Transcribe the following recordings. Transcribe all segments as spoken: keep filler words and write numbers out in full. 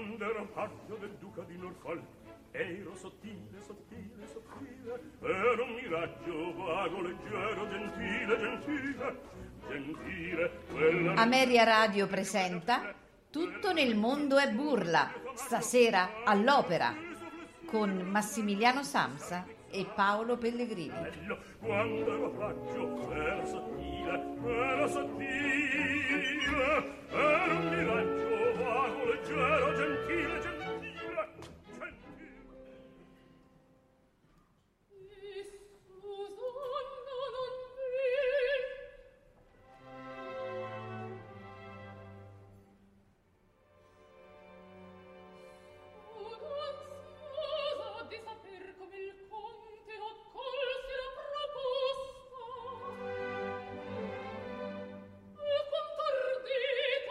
quando ero paggio del duca di Norfolk, ero sottile, sottile, sottile, ero un miraggio vago, leggero, gentile, gentile, gentile. Quella... Ameria Radio presenta Tutto nel mondo è burla, stasera all'Opera, con Massimiliano Samsa e Paolo Pellegrini. Quando ero paggio, ero sottile, ero sottile, ero un miraggio vago, leggero, gentile, gentile. Dite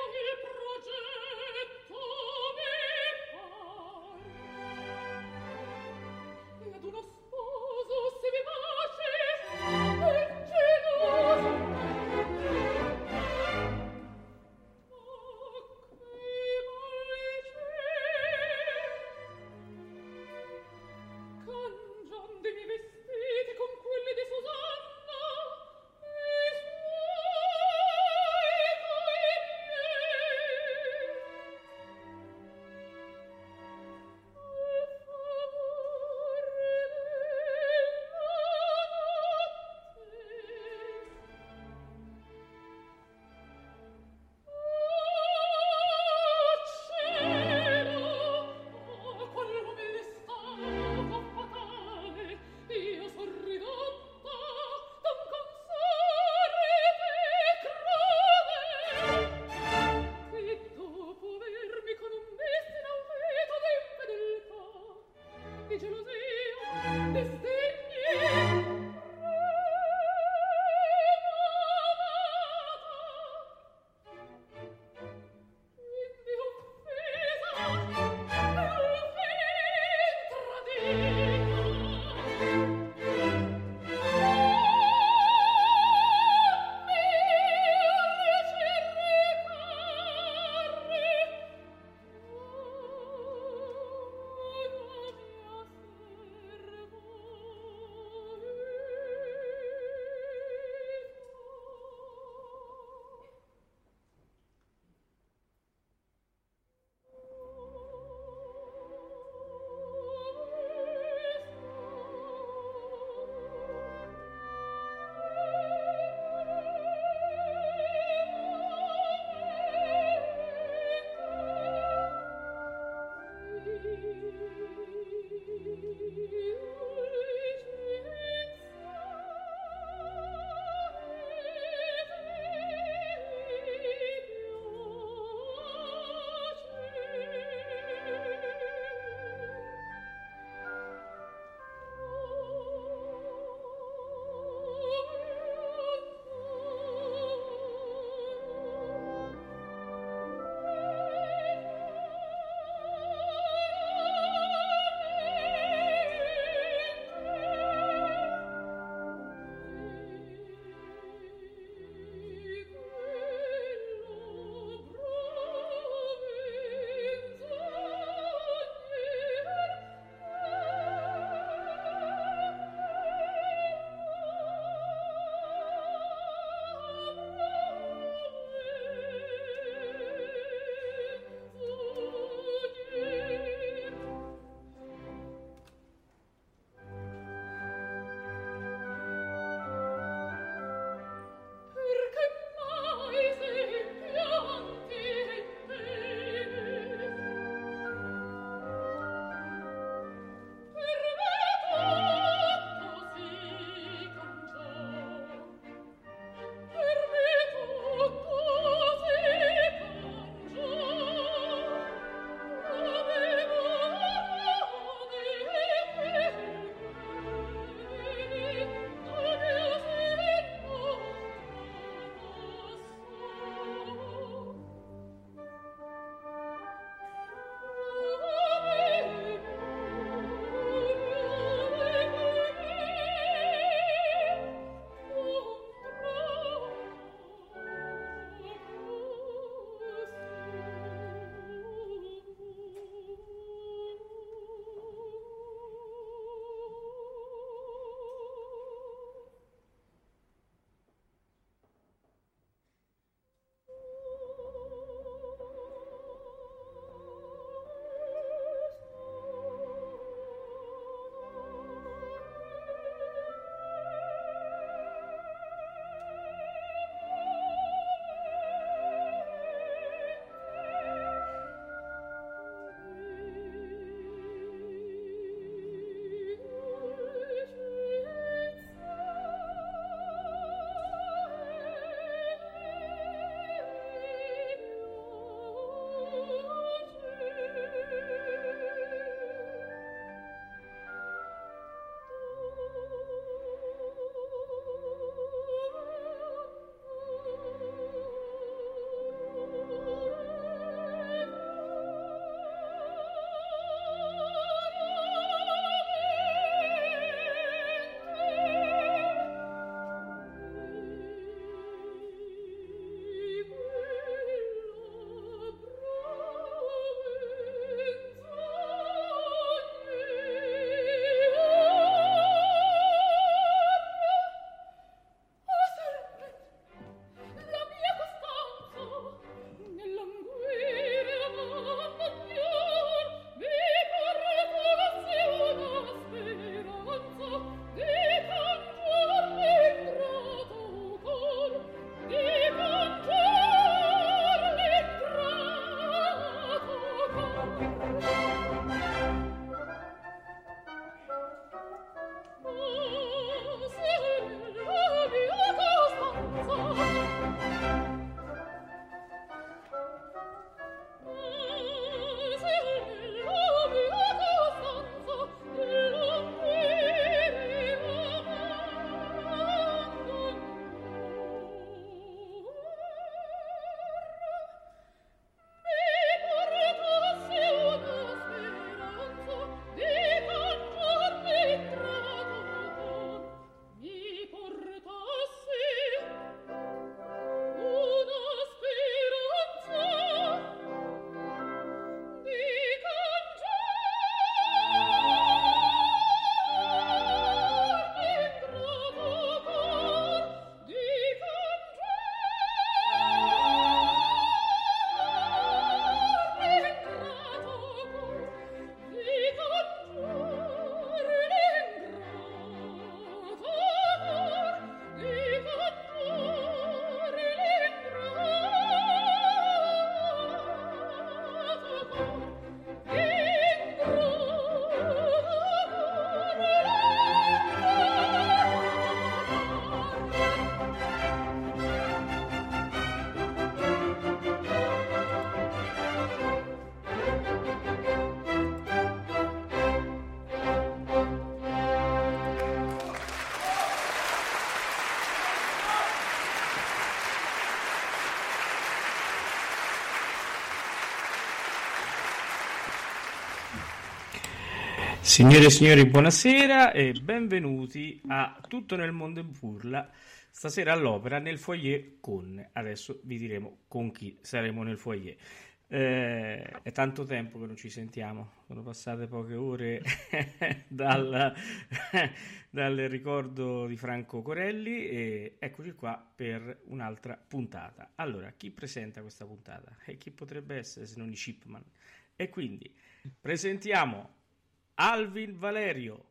Signore e signori, buonasera e benvenuti a Tutto nel mondo è burla. Stasera all'opera nel foyer con, adesso vi diremo con chi saremo nel foyer. Eh, è tanto tempo che non ci sentiamo, sono passate poche ore dal, dal ricordo di Franco Corelli e eccoci qua per un'altra puntata. Allora, chi presenta questa puntata? E chi potrebbe essere se non i Chipman? E quindi presentiamo Alvin Valerio.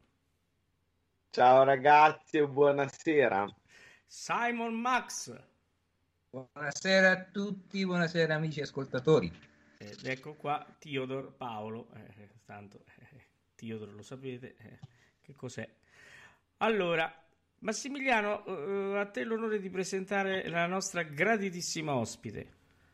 Ciao ragazzi e buonasera. Simon Max. Buonasera a tutti, buonasera amici ascoltatori. Ed ecco qua Teodor Paolo, eh, tanto eh, Teodor lo sapete, eh, che cos'è. Allora, Massimiliano, eh, a te l'onore di presentare la nostra graditissima ospite.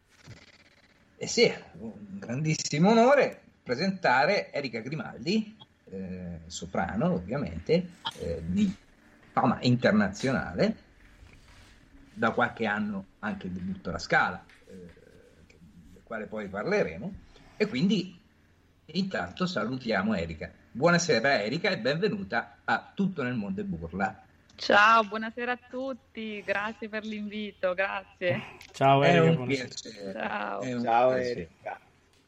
Eh sì, un grandissimo onore presentare Erika Grimaldi, eh, soprano ovviamente, eh, di fama internazionale, da qualche anno anche il debutto alla Scala, eh, del quale poi parleremo, e quindi intanto salutiamo Erika. Buonasera Erika e benvenuta a Tutto nel mondo è burla. Ciao, buonasera a tutti, grazie per l'invito, grazie. Ciao È Erika, un buonasera. piacere. Ciao. È un Ciao piacere. Erika.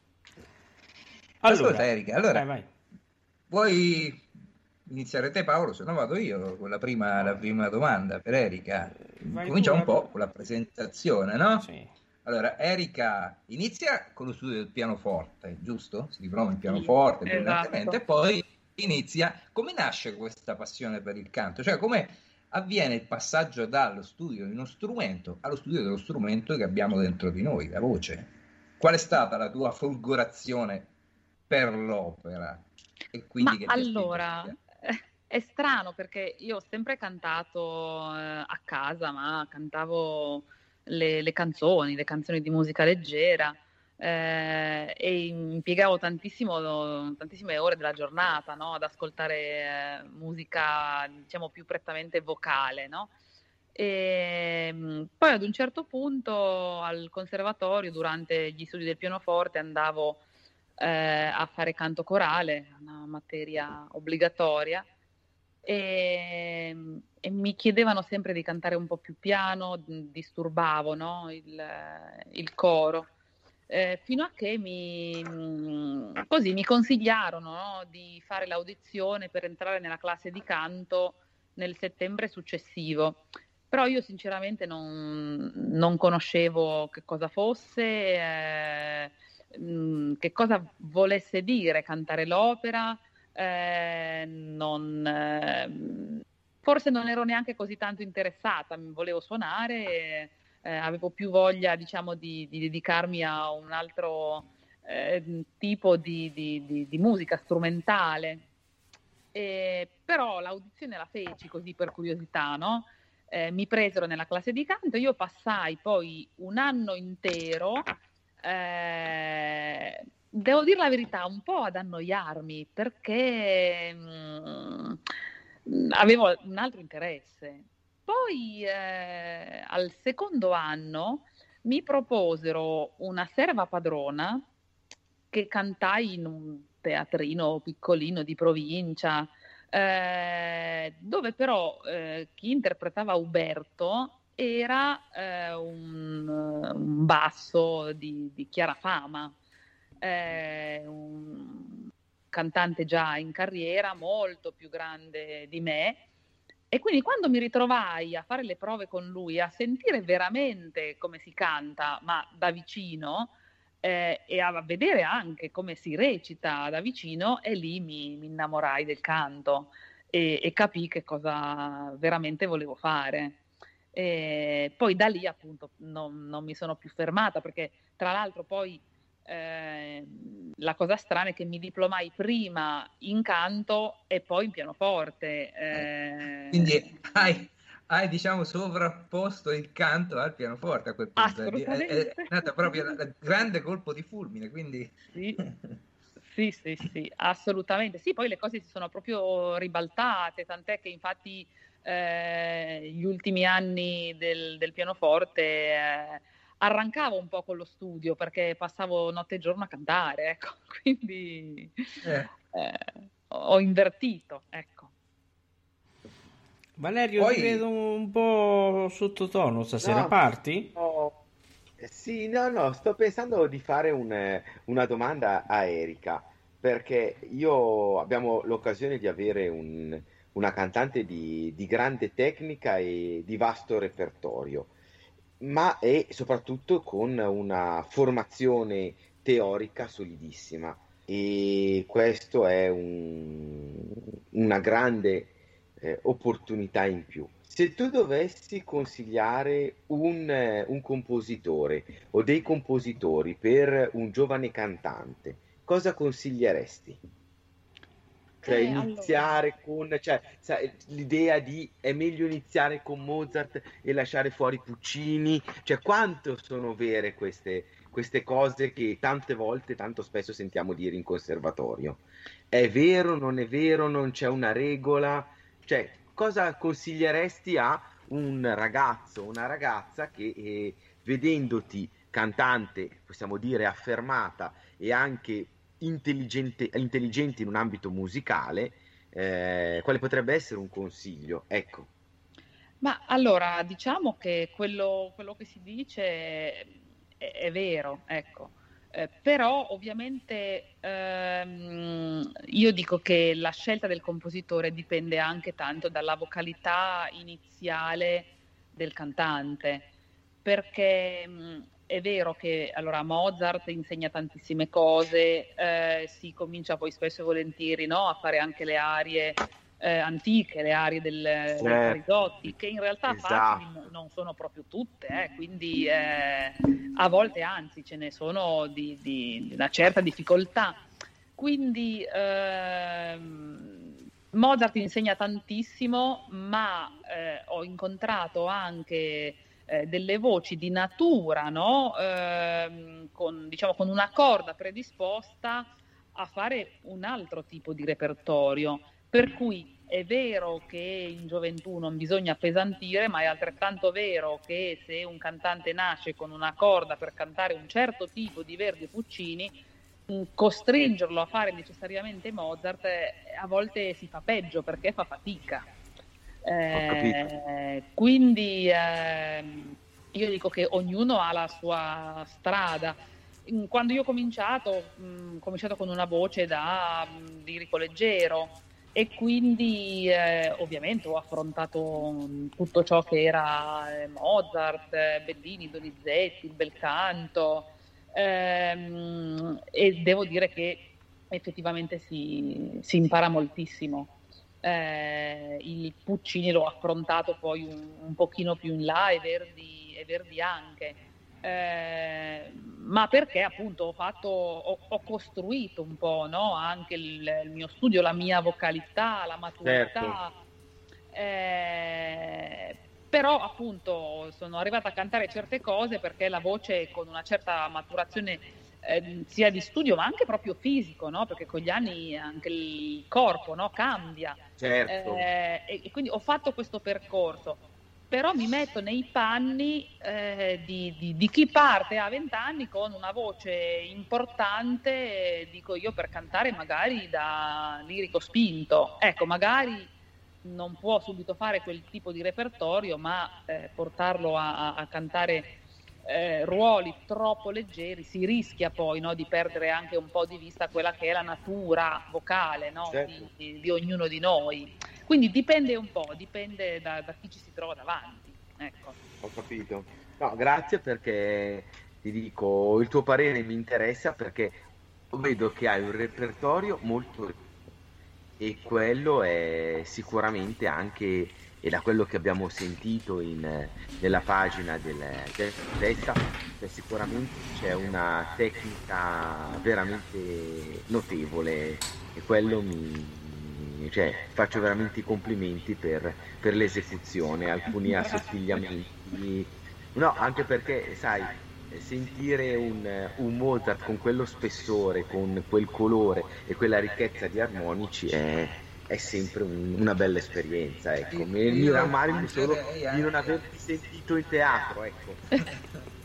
Allora, Ascolta Erika, allora vai, vai. vuoi iniziare te Paolo, se no vado io con la prima, la prima domanda per Erika. Vai Cominciamo tu, un vai po' tu. con la presentazione, no? Sì. Allora, Erika inizia con lo studio del pianoforte, giusto? Si diploma in Sì, pianoforte esatto. brillantemente e poi inizia. Come nasce questa passione per il canto? Cioè, come avviene il passaggio dallo studio di uno strumento allo studio dello strumento che abbiamo dentro di noi, la voce? Qual è stata la tua folgorazione per l'opera? E quindi Ma che ti ha spinto a allora, studiare? eh, è strano perché io ho sempre cantato eh, a casa, ma cantavo le, le canzoni, le canzoni di musica leggera eh, e impiegavo tantissimo, tantissime ore della giornata, no, ad ascoltare eh, musica, diciamo, più prettamente vocale, no? E mh, poi ad un certo punto al conservatorio, durante gli studi del pianoforte, andavo eh, a fare canto corale, una materia obbligatoria, e, e mi chiedevano sempre di cantare un po' più piano, d- disturbavo, no, il, il coro. Eh, fino a che mi, mh, così mi consigliarono, no, di fare l'audizione per entrare nella classe di canto nel settembre successivo. Però io sinceramente non, non conoscevo che cosa fosse, eh, mh, che cosa volesse dire cantare l'opera, eh, non, eh, forse non ero neanche così tanto interessata, mi volevo suonare, eh, avevo più voglia, diciamo, di, di dedicarmi a un altro eh, tipo di, di- di- di musica strumentale. E, però l'audizione la feci così per curiosità, no? Eh, mi presero nella classe di canto, io passai poi un anno intero, eh, devo dire la verità, un po' ad annoiarmi perché mm, avevo un altro interesse. Poi eh, al secondo anno mi proposero una serva padrona che cantai in un teatrino piccolino di provincia, eh, dove però eh, chi interpretava Uberto era eh, un, un basso di, di chiara fama, eh, un cantante già in carriera, molto più grande di me. E quindi quando mi ritrovai a fare le prove con lui, a sentire veramente come si canta, ma da vicino, eh, e a vedere anche come si recita da vicino, e lì mi, mi innamorai del canto e, e capii che cosa veramente volevo fare. E poi da lì appunto non, non mi sono più fermata, perché tra l'altro poi eh, la cosa strana è che mi diplomai prima in canto e poi in pianoforte. eh, Quindi hai, hai, diciamo, sovrapposto il canto al pianoforte a quel punto. È, è, è Assolutamente. nata proprio la, la grande colpo di fulmine, quindi... Sì, sì, sì, sì, assolutamente. Sì, poi le cose si sono proprio ribaltate, tant'è che infatti eh, gli ultimi anni del, del pianoforte eh, arrancavo un po' con lo studio perché passavo notte e giorno a cantare, ecco, quindi Eh. eh, ho invertito, ecco. Valerio, Poi- ti vedo un po' sottotono stasera, No, parti? no, eh, sì, no, no, sto pensando di fare un, eh, una domanda a Erika, perché io abbiamo l'occasione di avere un- una cantante di, di grande tecnica e di vasto repertorio, ma e soprattutto con una formazione teorica solidissima. E questo è un- una grande eh, opportunità in più. Se tu dovessi consigliare un, eh, un compositore o dei compositori per un giovane cantante, cosa consiglieresti? Cioè Eh, allora, iniziare con, cioè, sai, l'idea di è meglio iniziare con Mozart e lasciare fuori Puccini, cioè quanto sono vere queste, queste cose che tante volte, tanto spesso sentiamo dire in conservatorio. È vero, non è vero, non c'è una regola, cioè cosa consiglieresti a un ragazzo, una ragazza che eh, vedendoti cantante, possiamo dire affermata e anche intelligente, intelligente in un ambito musicale, eh, quale potrebbe essere un consiglio? Ecco, ma allora diciamo che quello, quello che si dice è, è vero, ecco. Eh, però ovviamente ehm, io dico che la scelta del compositore dipende anche tanto dalla vocalità iniziale del cantante, perché mh, è vero che allora Mozart insegna tantissime cose, eh, si comincia poi spesso e volentieri, no, a fare anche le arie eh, antiche, le arie del- dei certo, Caridotti, che in realtà facili esatto, no- non sono proprio tutte, eh, quindi eh, a volte anzi ce ne sono di, di- di una certa difficoltà. Quindi ehm, Mozart insegna tantissimo, ma eh, ho incontrato anche eh, delle voci di natura, no? Ehm, con, diciamo, con una corda predisposta a fare un altro tipo di repertorio. Per cui è vero che in gioventù non bisogna appesantire, ma è altrettanto vero che se un cantante nasce con una corda per cantare un certo tipo di Verdi e Puccini, mh, costringerlo a fare necessariamente Mozart eh, a volte si fa peggio perché fa fatica. ho capito. Eh, quindi ehm, io dico che ognuno ha la sua strada. Mm, Quando io ho cominciato, mh, ho cominciato con una voce da mh, lirico leggero e quindi eh, ovviamente ho affrontato mh, tutto ciò che era eh, Mozart, eh, Bellini, Donizetti, il bel canto, ehm, e devo dire che effettivamente si, si impara moltissimo. Eh, il Puccini l'ho affrontato poi un, un pochino più in là e Verdi, e Verdi anche. Eh, ma perché appunto ho fatto, ho, ho costruito un po', no? Anche il, il mio studio, la mia vocalità, la Certo, maturità. Eh, però appunto sono arrivata a cantare certe cose perché la voce con una certa maturazione eh, sia di studio ma anche proprio fisico, no? Perché con gli anni anche il corpo, no? Cambia. certo, Eh, e, e quindi ho fatto questo percorso, però mi metto nei panni eh, di, di- di chi parte a venti anni con una voce importante, eh, dico io, per cantare magari da lirico spinto. Ecco, magari non può subito fare quel tipo di repertorio, ma eh, portarlo a, a- a cantare eh, ruoli troppo leggeri si rischia poi, no, di perdere anche un po' di vista quella che è la natura vocale, no, certo. di, di- di ognuno di noi. Quindi dipende un po', dipende da, da chi ci si trova davanti. Ecco. Ho capito. No, grazie perché ti dico, il tuo parere mi interessa perché vedo che hai un repertorio molto ricco e quello è sicuramente anche, e da quello che abbiamo sentito in, eh, nella pagina del, del testa, cioè sicuramente c'è una tecnica veramente notevole e quello mi, cioè, faccio veramente i complimenti per, per l'esecuzione, alcuni assottigliamenti, no, anche perché, sai, sentire un, un Mozart con quello spessore, con quel colore e quella ricchezza di armonici è, è sempre un- una bella esperienza, ecco. Mi, mi Io rammarico solo aggiungerei di non anche, averti sentito in teatro, ecco.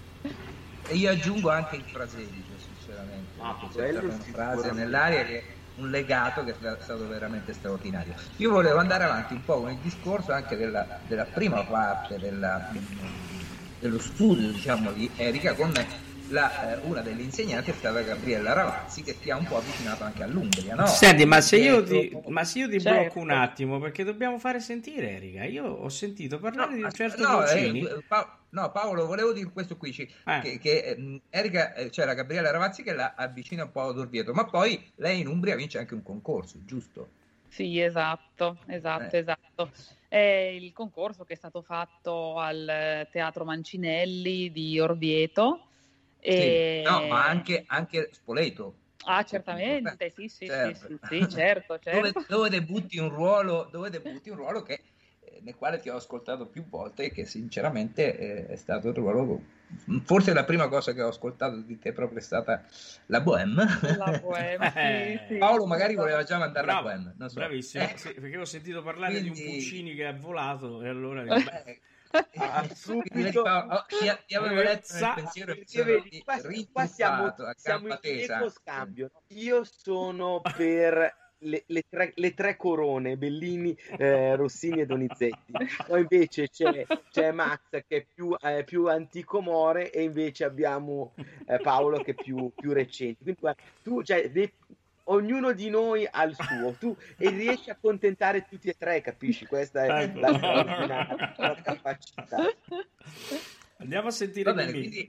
e io aggiungo anche il fraselico, sinceramente, Ah, mi piace quello mettere una frase sicuramente. nell'aria che un legato che è stato veramente straordinario. Io volevo andare avanti un po' con il discorso anche della, della prima parte della, dello studio, diciamo, di Erika con la, eh, una delle insegnanti è stata Gabriella Ravazzi, che ti ha un po' avvicinato anche all'Umbria, no? Senti, ma se io ti, Dietro- ma se io ti Certo. blocco un attimo, perché dobbiamo fare sentire Erika. Io ho sentito parlare No, di un aspetta, certo no, Guccini. eh, Pa- no, Paolo, volevo dire questo qui, ci- Eh. che, che ehm, Erika, eh, c'era Gabriella Ravazzi che la avvicina un po' ad Orvieto, ma poi lei in Umbria vince anche un concorso, giusto? Sì, esatto, esatto, Eh. esatto. È il concorso che è stato fatto al Teatro Mancinelli di Orvieto. Sì. E... No, ma anche, anche Spoleto. Ah, È più certamente, importante. sì, sì, Certo. sì, sì, sì, certo, Dove, certo. dove debutti un ruolo, dove debutti un ruolo che, eh, nel quale ti ho ascoltato più volte e che sinceramente eh, è stato il ruolo, forse la prima cosa che ho ascoltato di te proprio è stata la Bohème. La Bohème, sì, sì. Paolo magari voleva già mandare la Bravo, Bohème, non so. bravissimo, Eh, sì, perché ho sentito parlare di un quindi- Puccini che è volato e allora eh, Ah, quindi subito. vedi, Paolo, oh, ti, ti avevo letto nel Sa- pensiero e mi Perché sono vedi, qua, qua siamo, rintruffato a siamo gamba in tesa. equo scambio, no? Io sono per le, le tre, le tre corone, Bellini, eh, Rossini e Donizetti. Poi invece c'è, c'è Max che è più, eh, più antico more, e invece abbiamo eh, Paolo che è più, più recente. Quindi guarda, tu, cioè, de- ognuno di noi ha il suo, tu e riesci a contentare tutti e tre, capisci? Questa è Ecco. la straordinaria tua capacità. Andiamo a sentire Va bene, Mimì. quindi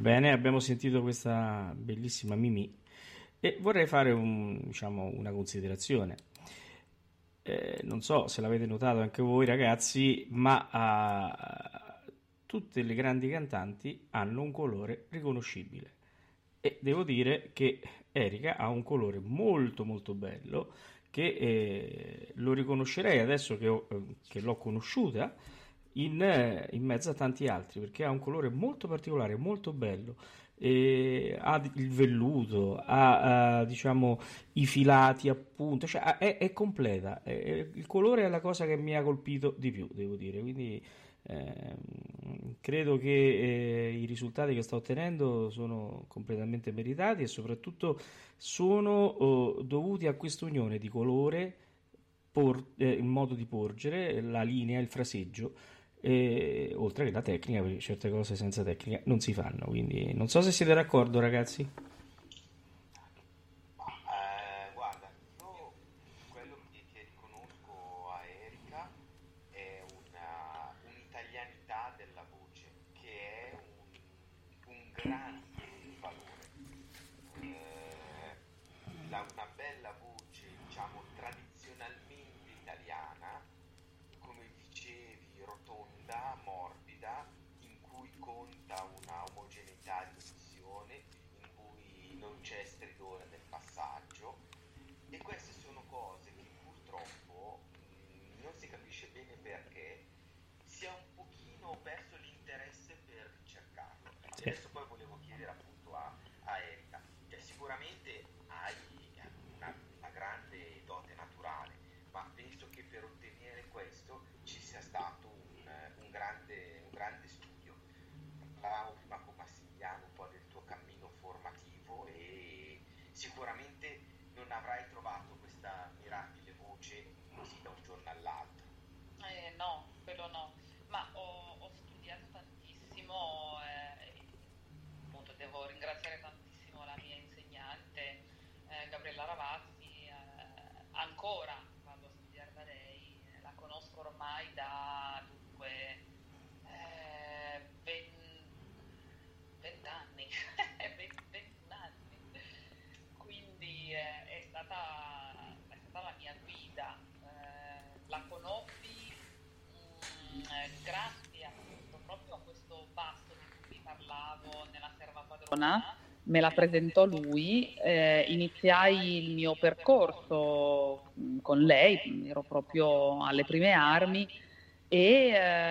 Bene, abbiamo sentito questa bellissima Mimì e vorrei fare un, diciamo, una considerazione. Eh, non so se l'avete notato anche voi ragazzi, ma ah, tutte le grandi cantanti hanno un colore riconoscibile e devo dire che Erika ha un colore molto molto bello che eh, lo riconoscerei adesso che, ho- che l'ho conosciuta in, eh, in mezzo a tanti altri perché ha un colore molto particolare, molto bello. E ha il velluto, ha, ha, diciamo i filati appunto, cioè ha- è, è completa. È- è- il colore è la cosa che mi ha colpito di più, devo dire. Quindi ehm, credo che eh, i risultati che sta ottenendo sono completamente meritati e soprattutto sono oh, dovuti a questa unione di colore, por- eh, il modo di porgere, la linea, il fraseggio, e, oltre che la tecnica, perché certe cose senza tecnica non si fanno. Quindi non so se siete d'accordo, ragazzi. Eh, guarda, io quello che, che riconosco a Erika è una, un'italianità della voce che è un, un grande valore. Eh, la- una bella voce, diciamo, tradizionalmente italiana, come dicevi, rotonda, morbida, in cui conta una omogeneità di emissione, in cui non c'è stridore nel passaggio. E queste sono cose che purtroppo mh, non si capisce bene perché si è un pochino perso l'interesse per ricercarlo. Sì. Adesso poi volevo chiedere appunto a, a Erika, cioè, sicuramente hai una, una grande dote naturale, ma penso che per ottenere questo ci sia stato un, un grande, un grande studio. Parlavamo prima con Massimiliano un po' del tuo cammino formativo e sicuramente non avrai trovato questa mirabile voce così da un giorno all'altro. Eh, no, quello no, ma ho, ho studiato tantissimo, eh, e appunto devo ringraziare tantissimo la mia insegnante, eh, Gabriella Ravazzi, eh, ancora vado a studiare da lei, eh, la conosco ormai da dunque eh, ven- vent'anni, ventuno anni, quindi eh, è stata, è stata la mia guida. Eh, la conobbi mm, eh, grazie appunto proprio a questo pasto di cui parlavo nella serva padrona, me la presentò lui, eh, iniziai il mio percorso mm, con lei, ero proprio alle prime armi e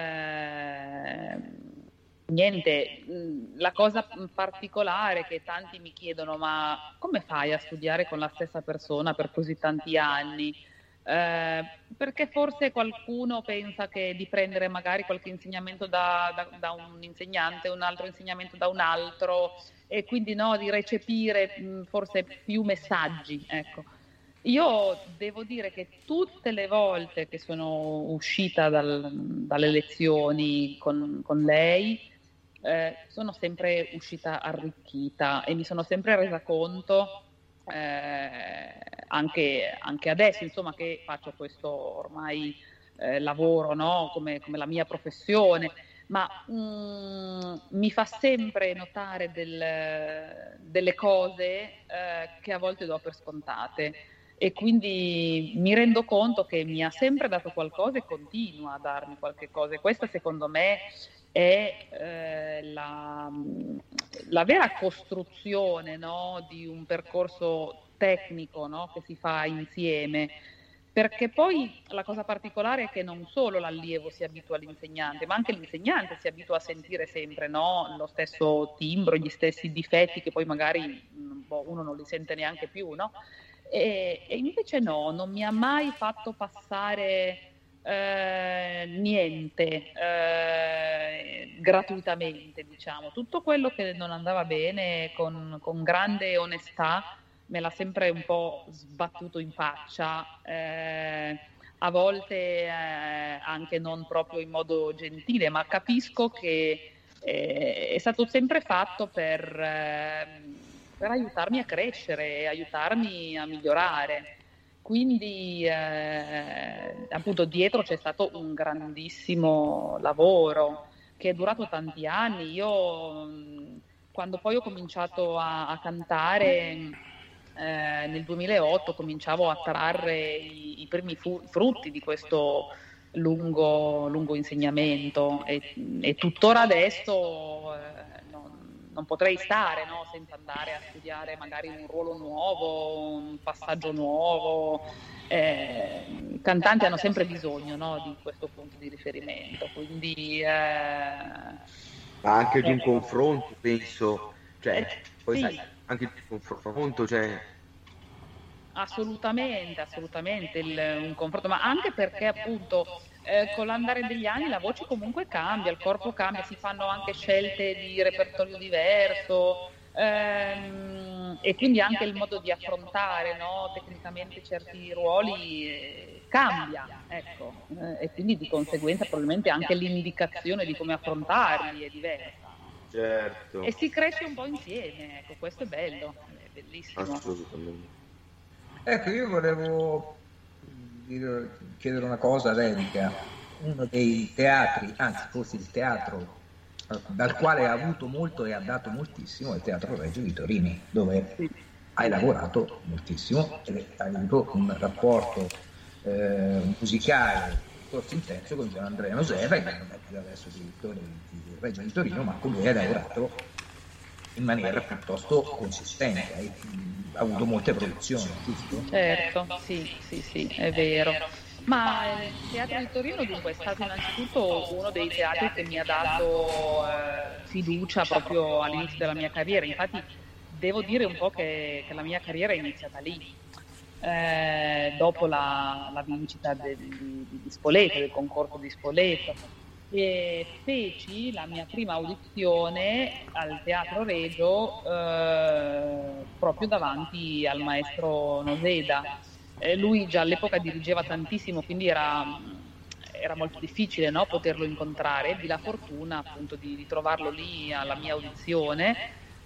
eh, niente, mh, la cosa particolare che tanti mi chiedono, ma come fai a studiare con la stessa persona per così tanti anni? Eh, perché forse qualcuno pensa che di prendere magari qualche insegnamento da, da- da un insegnante, un altro insegnamento da un altro e quindi no, di recepire mh, forse più messaggi, ecco. Io devo dire che tutte le volte che sono uscita dal- dalle lezioni con, con lei, eh, sono sempre uscita arricchita e mi sono sempre resa conto, eh, anche, anche adesso, insomma, che faccio questo ormai eh, lavoro, no? Come, come la mia professione, ma mm, mi fa sempre notare del- delle cose eh, che a volte do per scontate e quindi mi rendo conto che mi ha sempre dato qualcosa e continua a darmi qualche cosa e questa secondo me è eh, la, la vera costruzione, no, di un percorso tecnico, no, che si fa insieme. Perché poi la cosa particolare è che non solo l'allievo si abitua all'insegnante, ma anche l'insegnante si abitua a sentire sempre, no, lo stesso timbro, gli stessi difetti che poi magari mh, boh, uno non li sente neanche più, no? E, e invece no, non mi ha mai fatto passare eh, niente eh, gratuitamente, diciamo. Tutto quello che non andava bene con, con grande onestà me l'ha sempre un po' sbattuto in faccia, eh, a volte eh, anche non proprio in modo gentile, ma capisco che eh, è stato sempre fatto per, eh, per aiutarmi a crescere e aiutarmi a migliorare. Quindi eh, appunto dietro c'è stato un grandissimo lavoro che è durato tanti anni. Io mh, quando poi ho cominciato a, a cantare, eh, nel duemilaotto cominciavo a trarre i, i primi fu- frutti di questo lungo, lungo insegnamento e, e tuttora adesso eh, non, non potrei stare, no, senza andare a studiare magari un ruolo nuovo, un passaggio nuovo. Eh, I cantanti hanno sempre bisogno, no, di questo punto di riferimento, quindi eh, Ma anche di un confronto, penso, cioè, eh, poi sì. sai, anche di un confronto, cioè, Assolutamente, assolutamente il- un confronto, ma anche perché appunto eh, con l'andare degli anni la voce comunque cambia, il corpo cambia, si fanno anche scelte di repertorio diverso, ehm, e quindi anche il modo di affrontare, no, tecnicamente certi ruoli eh, cambia, ecco, eh, e quindi di conseguenza probabilmente anche l'indicazione di come affrontarli è diversa. certo, E si cresce un po' insieme, ecco, questo è bello, è bellissimo. assolutamente. Ecco, io volevo dire- chiedere una cosa ad Erika. Uno dei teatri, anzi forse il teatro dal quale ha avuto molto e ha dato moltissimo è il Teatro Regio di Torini, dove hai lavorato moltissimo e hai avuto un rapporto eh, musicale piuttosto intenso con Gian Andrea Nosera, che non è più adesso direttore del Regio di Torino, ma con lui hai lavorato in maniera piuttosto consistente, hai ha avuto molte produzioni, giusto? Certo, sì, sì, sì, è vero. Ma il Teatro di Torino dunque è stato innanzitutto uno dei teatri che mi ha dato eh, fiducia proprio all'inizio della mia carriera. Infatti devo dire un po' che, che la mia carriera è iniziata lì, eh, dopo la, la vincita de- di, di Spoleto, del concorso di Spoleto. E feci la mia prima audizione al Teatro Regio eh, proprio davanti al maestro Noseda. Eh, lui già all'epoca dirigeva tantissimo, quindi era, era molto difficile, no, poterlo incontrare. Ebbi la fortuna appunto di, di trovarlo lì alla mia audizione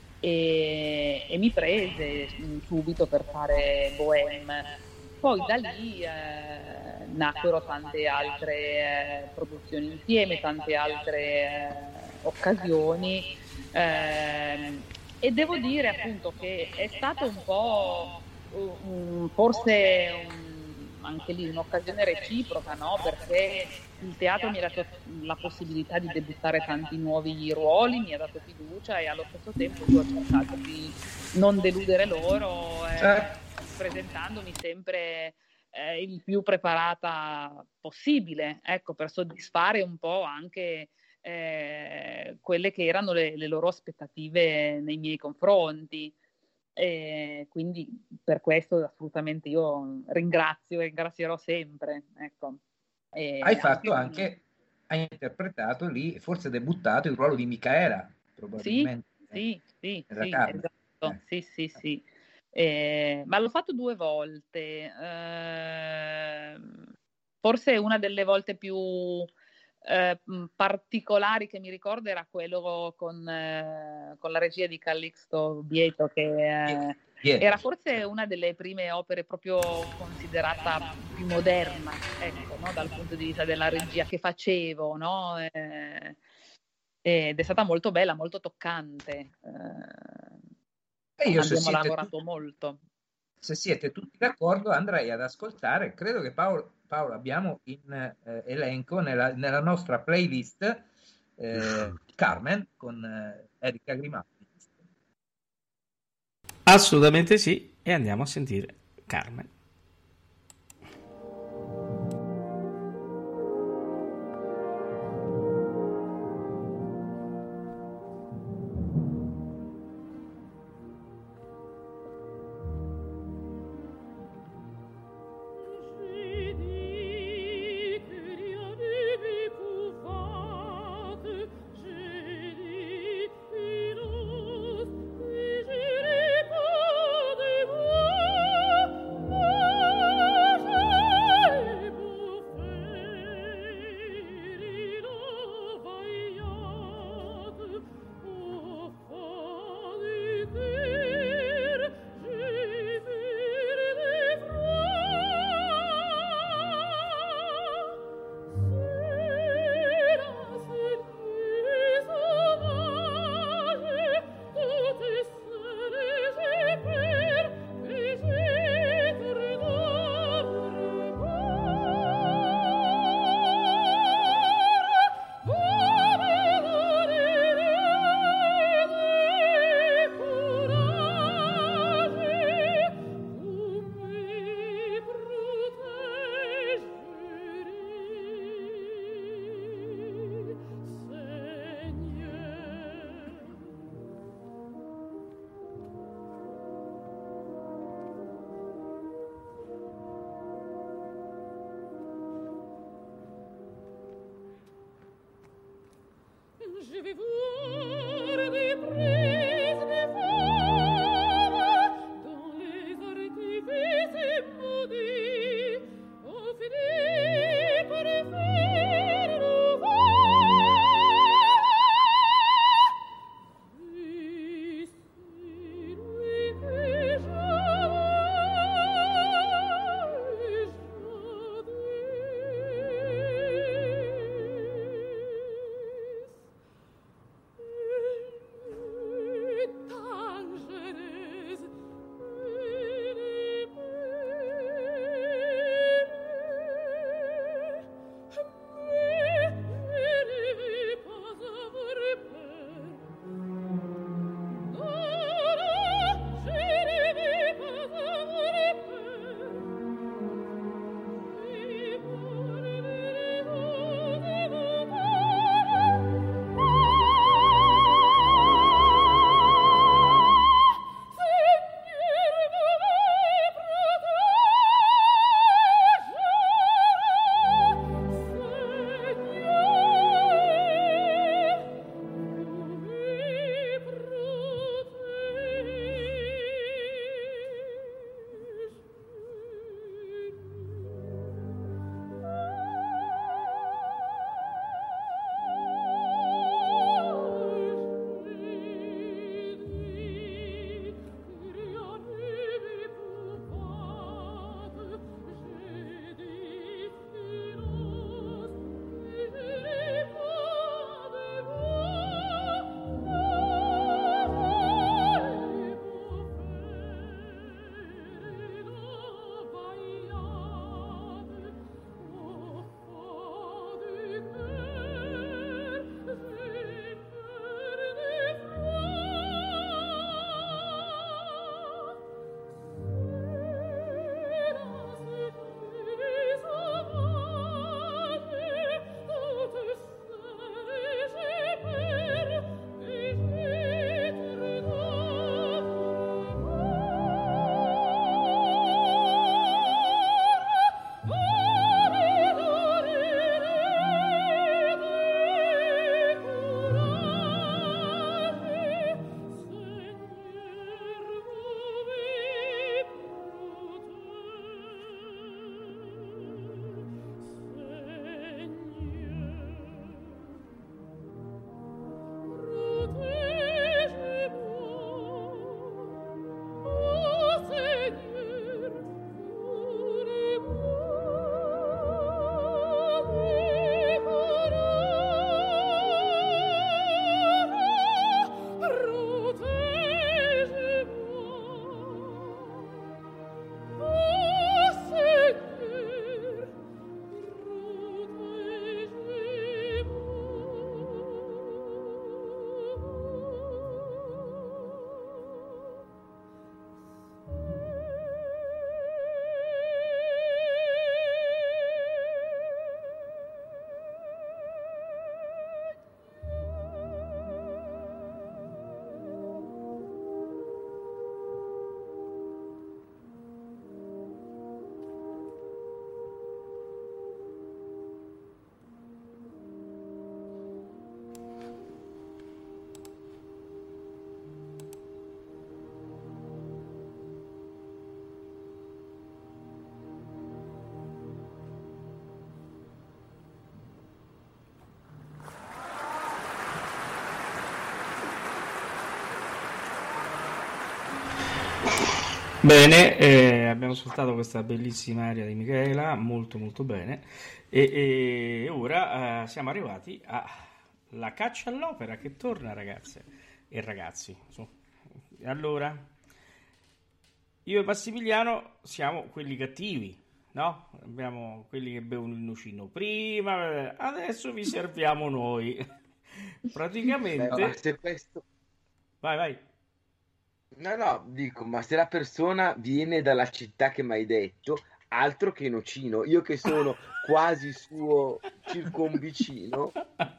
e, e mi prese subito per fare Bohème. Poi da lì eh, nacquero tante altre eh, produzioni insieme, tante altre eh, occasioni ehm, e devo dire appunto che è stato un po' um, forse um, anche lì un'occasione reciproca, no? Perché il teatro mi ha dato la possibilità di debuttare tanti nuovi ruoli, mi ha dato fiducia e allo stesso tempo io ho cercato di non deludere loro. Eh, Certo. presentandomi sempre eh, il più preparata possibile, ecco, per soddisfare un po' anche eh, quelle che erano le, le loro aspettative nei miei confronti. E quindi per questo assolutamente io ringrazio e ringrazierò sempre. Ecco. E Hai fatto anche, hai interpretato lì, forse debuttato il ruolo di Micaela, Sì, probabilmente. sì, sì, Nella sì, Carmen. esatto, Eh. sì, sì, sì. Eh, ma l'ho fatto due volte. Ehm, forse una delle volte più eh, mh, particolari che mi ricordo era quello con, eh, con la regia di Calixto Bieto, che eh, Dietro. era forse una delle prime opere proprio considerata più moderna, ecco, no? Dal punto di vista della regia che facevo, no? Eh, ed è stata molto bella, molto toccante. Eh, E io se abbiamo siete, lavorato tu- molto. se siete tutti d'accordo andrei ad ascoltare, credo che Paolo, Paolo abbiamo in eh, elenco nella, nella nostra playlist eh, Carmen con eh, Erika Grimaldi. Assolutamente sì, e andiamo a sentire Carmen. J'ai dit, Bene, eh, abbiamo ascoltato questa bellissima aria di Michela, molto molto bene, e, e ora eh, siamo arrivati alla caccia all'opera che torna, ragazze e ragazzi. Su. Allora, io e Massimiliano siamo quelli cattivi, no? Abbiamo quelli che bevono il nocino prima, adesso vi serviamo noi. Praticamente... Beh, ma se questo... Vai, vai. No, no, dico, ma se la persona viene dalla città che mi hai detto, altro che nocino, io che sono quasi suo circonvicino,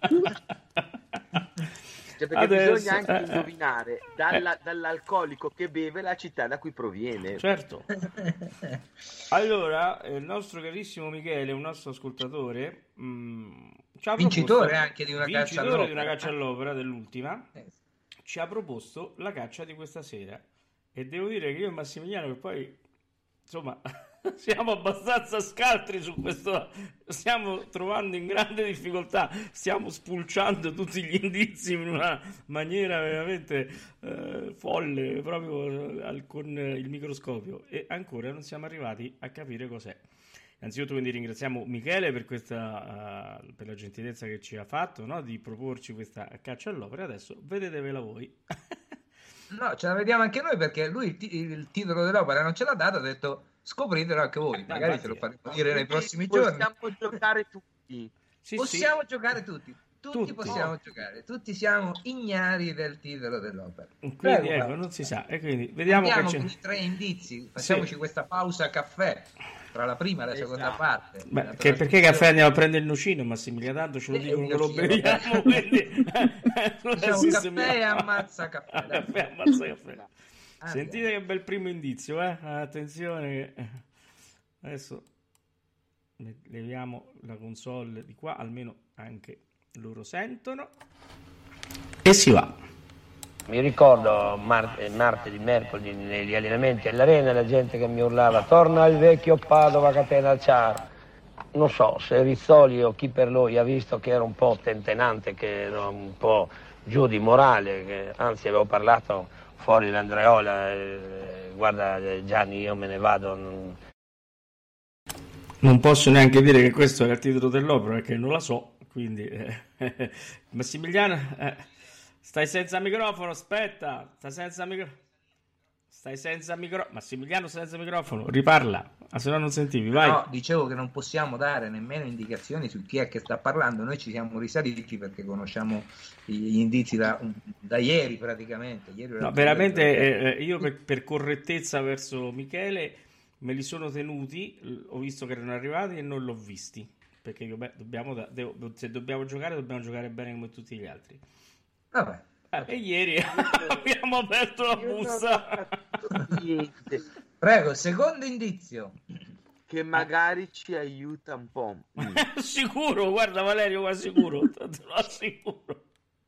cioè perché Adesso, bisogna anche eh, indovinare dalla- dall'alcolico che beve la città da cui proviene. Certo. Allora, il nostro carissimo Michele, un nostro ascoltatore, mh, ci ha vincitore proposto, anche di una caccia vincitore all'opera. di una caccia all'opera dell'ultima, Eh, ci ha proposto la caccia di questa sera. E devo dire che io e Massimiliano, che poi insomma siamo abbastanza scaltri su questo, stiamo trovando in grande difficoltà, stiamo spulciando tutti gli indizi in una maniera veramente eh, folle, proprio al- con il microscopio, e ancora non siamo arrivati a capire cos'è. Innanzitutto quindi ringraziamo Michele per questa eh, per la gentilezza che ci ha fatto, no, di proporci questa caccia all'opera. Adesso vedetevela voi. No, ce la vediamo anche noi perché lui il, ti- il titolo dell'opera non ce l'ha dato, ha detto scopritelo anche voi, magari infatti, ce lo faremo dire nei prossimi Possiamo giorni. giocare tutti. Sì, Possiamo giocare tutti, tutti, Tutti. possiamo giocare, tutti siamo ignari del titolo dell'opera. sì. Quindi Prego, ecco, Paolo. non si sa. E quindi vediamo Andiamo che con c'è. i tre indizi, facciamoci Sì. questa pausa caffè tra la prima e la seconda Esatto. parte. Beh, della che- perché trasmissione. caffè andiamo a prendere il nocino, Massimiliano? Tanto ce lo Eh, dicono il che lo nocino, beviamo, vabbè. quindi non Diciamo esiste caffè e mio- ammazza caffè, dai. Caffè, ammazza caffè. Ah, Sentite che bel primo indizio, eh? Attenzione, che adesso le- leviamo la console di qua, almeno anche loro sentono. E si va. Mi ricordo mar- eh, martedì, mercoledì negli allenamenti all'arena la gente che mi urlava torna il vecchio Padova Catena Ciar. Non so se Rizzoli o chi per lui ha visto che era un po' tentenante, che era un po' giù di morale, che anzi avevo parlato fuori l'Andreola, eh, guarda eh, Gianni io me ne vado. non- Non posso neanche dire che questo era il titolo dell'opera perché non la so, quindi eh, Massimiliano, eh, stai senza microfono, aspetta, stai senza microfono. Stai senza microfono. Massimiliano senza microfono, riparla, ah, se no non sentivi, vai. No, dicevo che non possiamo dare nemmeno indicazioni su chi è che sta parlando, noi ci siamo risaliti perché conosciamo gli indizi da, da ieri praticamente. Ieri era No, il veramente giorno- eh, io per, per correttezza verso Michele me li sono tenuti, l- ho visto che erano arrivati e non l'ho visti, perché io, beh, dobbiamo da- devo- se dobbiamo giocare dobbiamo giocare bene come tutti gli altri. Vabbè. Eh, e ieri abbiamo aperto la Io non ho bussa. capito niente, Prego, secondo indizio. che magari ci aiuta un po'. Mm. Sicuro, guarda Valerio, qua sicuro, te lo assicuro.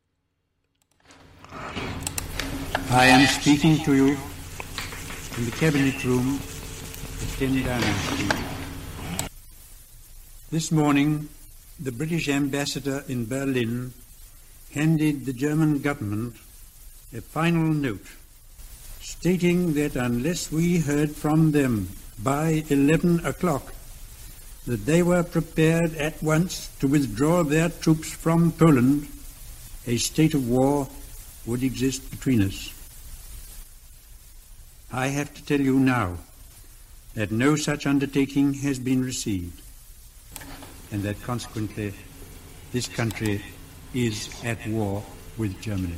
I am speaking to you in the cabinet room of the Ten Downing Street. This morning, the British ambassador in Berlin handed the German government a final note stating that unless we heard from them by eleven o'clock, that they were prepared at once to withdraw their troops from Poland, a state of war would exist between us. I have to tell you now that no such undertaking has been received, and that consequently this country is at war with Germany.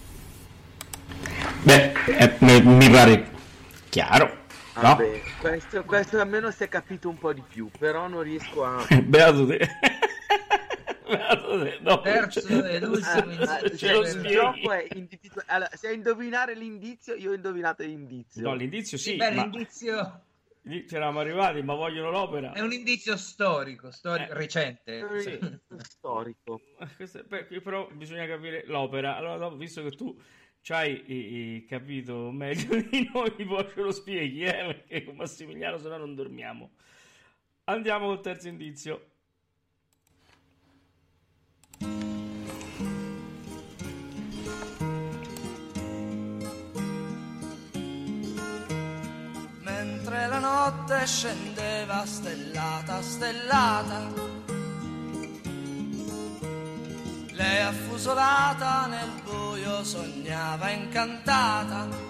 Beh, eh, mi, mi pare chiaro, no? Vabbè, questo, questo almeno si è capito un po' di più, però non riesco a... Beato te. Beato te. No, Terzo ce- ed ultimo Ah, indizio. ce lo per- il spieghi. gioco è individu- allora, se a indovinare l'indizio, io ho indovinato l'indizio. No, l'indizio sì, Sì, beh, ma l'indizio lì c'eravamo arrivati, ma vogliono l'opera. è un indizio storico, storico Eh. recente. Sì. Storico. Eh, questo è- beh, qui però bisogna capire l'opera. Allora, dopo, visto che tu ci hai eh, eh, capito meglio di noi, poi ce lo spieghi, eh? Perché con Massimiliano se no non dormiamo. Andiamo col terzo indizio. Mentre la notte scendeva stellata, stellata, lei affusolata nel buio sognava incantata.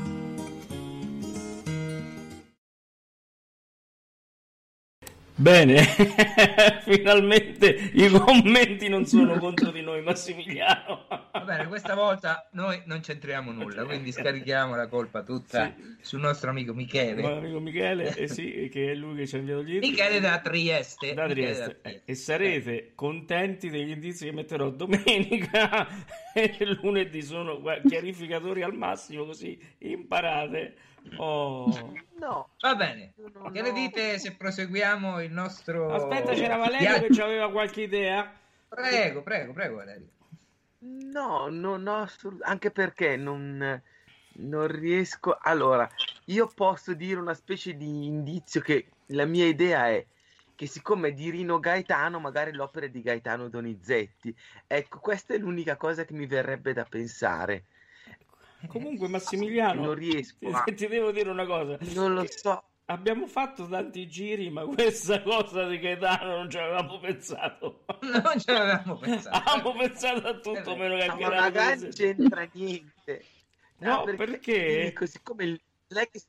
Bene, finalmente i commenti non sono contro di noi, Massimiliano. Va bene, questa volta noi non c'entriamo nulla, quindi scarichiamo la colpa tutta Sì. sul nostro amico Michele. Il amico Michele, eh sì, che è lui che ci ha inviato gli indizi. Michele da Trieste. Da Michele Trieste. da Eh, Trieste. e sarete contenti degli indizi che metterò domenica e lunedì. Sono gua- chiarificatori al massimo, così imparate. Oh. No. Va bene, Io non che ne ho- dite se proseguiamo il nostro Aspetta, c'era Valerio viaggio? che ci aveva qualche idea. Prego, prego, prego, Valerio. No, no, no, assolut- anche perché non, non riesco. Allora, io posso dire una specie di indizio che la mia idea è che siccome è di Rino Gaetano, magari l'opera è di Gaetano Donizetti. Ecco, questa è l'unica cosa che mi verrebbe da pensare. Comunque, Massimiliano, Non riesco a... ti, ti devo dire una cosa. Non lo che so. Abbiamo fatto tanti giri, ma questa cosa di Gaetano non ci avevamo pensato. Non ci avevamo pensato. Avevamo pensato a tutto meno che a Ma Gaetano magari Donizetti. c'entra niente. No, perché, perché? ti dico, siccome il- lei che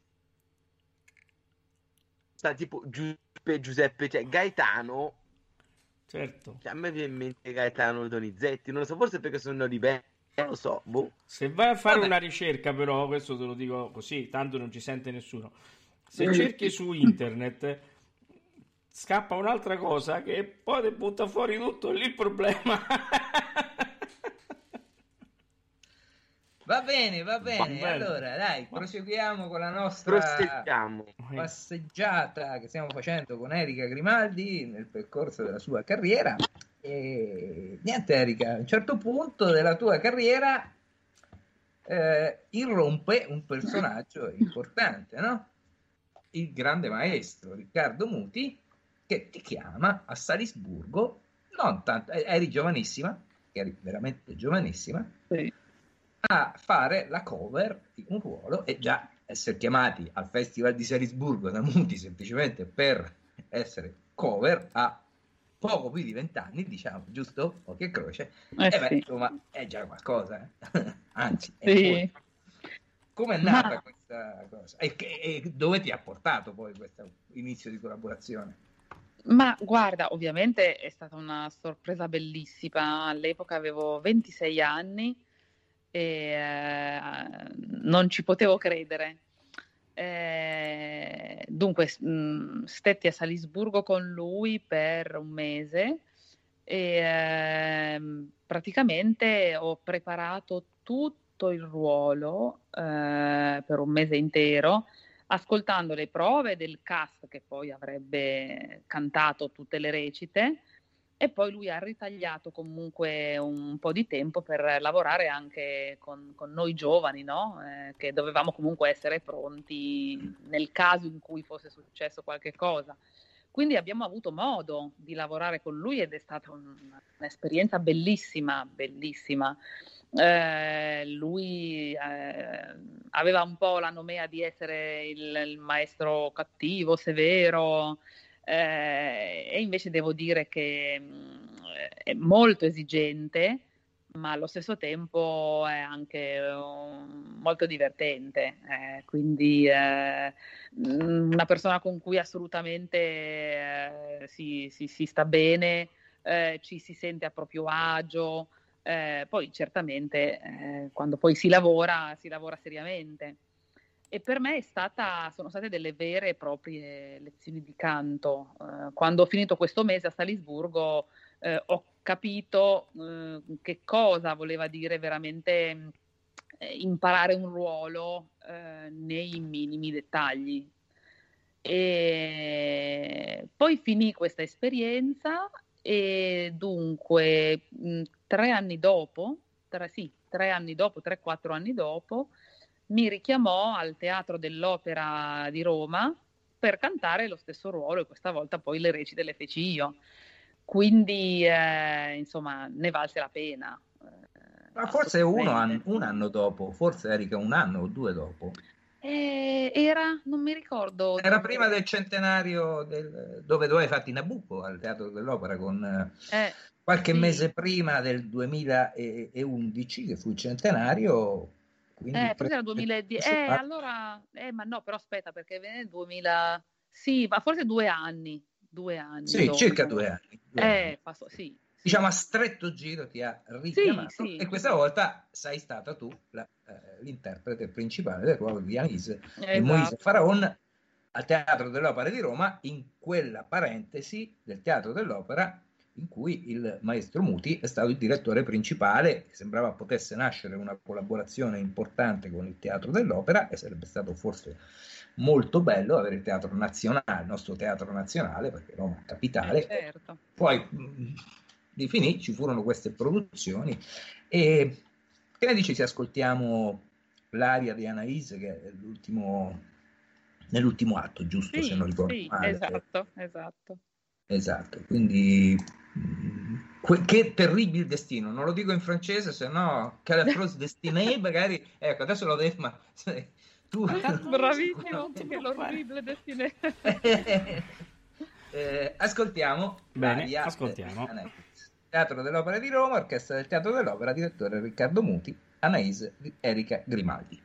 sta tipo Giuseppe, Giuseppe, cioè Gaetano, Certo. cioè, a me viene in mente Gaetano Donizetti, non lo so, forse perché sono di Bene, non lo so, boh. Se vai a fare Vabbè. una ricerca, però, questo te lo dico così, tanto non ci sente nessuno. Se Mm. cerchi su internet, scappa un'altra cosa che poi ti butta fuori tutto lì il problema. Va bene, va bene. bene. Allora, dai, proseguiamo con la nostra Proseguiamo. passeggiata che stiamo facendo con Erika Grimaldi nel percorso della sua carriera. E niente, Erika, a un certo punto della tua carriera eh, irrompe un personaggio importante, no? Il grande maestro Riccardo Muti, che ti chiama a Salisburgo, non tanto, eri giovanissima, eri veramente giovanissima, Sì. a fare la cover di un ruolo e già essere chiamati al Festival di Salisburgo da Muti semplicemente per essere cover a poco più di vent'anni, diciamo, giusto? Occhio e croce. Eh, e beh, sì. insomma, è già qualcosa, eh. Anzi, è Sì. molto. Come è nata Ma- questa cosa? E, che- e dove ti ha portato poi questo inizio di collaborazione? Ma guarda, ovviamente è stata una sorpresa bellissima. All'epoca avevo ventisei anni e eh, non ci potevo credere. Eh, dunque, s- mh, stetti a Salisburgo con lui per un mese e ehm, praticamente ho preparato tutto il ruolo eh, per un mese intero, ascoltando le prove del cast che poi avrebbe cantato tutte le recite. E poi lui ha ritagliato comunque un po' di tempo per lavorare anche con, con noi giovani, no? Eh, che dovevamo comunque essere pronti nel caso in cui fosse successo qualche cosa. Quindi abbiamo avuto modo di lavorare con lui ed è stata un- un'esperienza bellissima, bellissima. Eh, lui eh, aveva un po' la nomea di essere il, il maestro cattivo, severo, eh, e invece devo dire che mh, è molto esigente, ma allo stesso tempo è anche um, molto divertente, eh, quindi eh, mh, una persona con cui assolutamente eh, si, si- si sta bene, eh, ci si sente a proprio agio, eh, poi certamente eh, quando poi si lavora, si lavora seriamente. E per me è stata, sono state delle vere e proprie lezioni di canto. Eh, quando ho finito questo mese a Salisburgo, eh, ho capito eh, che cosa voleva dire veramente eh, imparare un ruolo eh, nei minimi dettagli. E poi finì questa esperienza e dunque mh, tre anni dopo, tre, sì, tre anni dopo, tre, quattro anni dopo, mi richiamò al Teatro dell'Opera di Roma per cantare lo stesso ruolo e questa volta poi le recite le feci io. Quindi, eh, insomma, ne valse la pena. eh, Ma forse uno an- assolutamente. un anno dopo, forse Erika un anno o due dopo. Eh, era, non mi ricordo. Era dove- prima del centenario del- dove tu hai fatto i Nabucco al Teatro dell'Opera con eh, Eh, qualche sì. mese prima del duemilaundici che fu il centenario. Quindi Eh, forse era duemiladieci. Eh, Ah, allora, eh, ma no, però aspetta, perché nel duemila, sì, ma forse due anni, due anni sì, dopo. circa due anni. due anni. Eh, passo- sì, sì. Diciamo a stretto giro ti ha richiamato sì, e questa sì. volta sei stata tu la- eh, l'interprete principale del ruolo di Anise di Esatto. Moïse Faraon al Teatro dell'Opera di Roma, in quella parentesi del Teatro dell'Opera in cui il maestro Muti è stato il direttore principale. Sembrava potesse nascere una collaborazione importante con il Teatro dell'Opera e sarebbe stato forse molto bello avere il Teatro Nazionale, il nostro Teatro Nazionale, perché Roma è capitale. Eh, certo. Poi mh, rifinì, ci furono queste produzioni. E che ne dici se ascoltiamo l'aria di Anaïs, che è l'ultimo, nell'ultimo atto, giusto? Sì, se non ricordo sì, male. esatto, esatto. Esatto, quindi que- che terribile destino, non lo dico in francese, se no che la France destinée magari, ecco, adesso lo devo, ma tu Bravissimo, che l'orribile destino. eh, ascoltiamo Bene, l'aria ascoltiamo. Anaïs. Teatro dell'Opera di Roma, Orchestra del Teatro dell'Opera, direttore Riccardo Muti, Anaïs di Erika Grimaldi.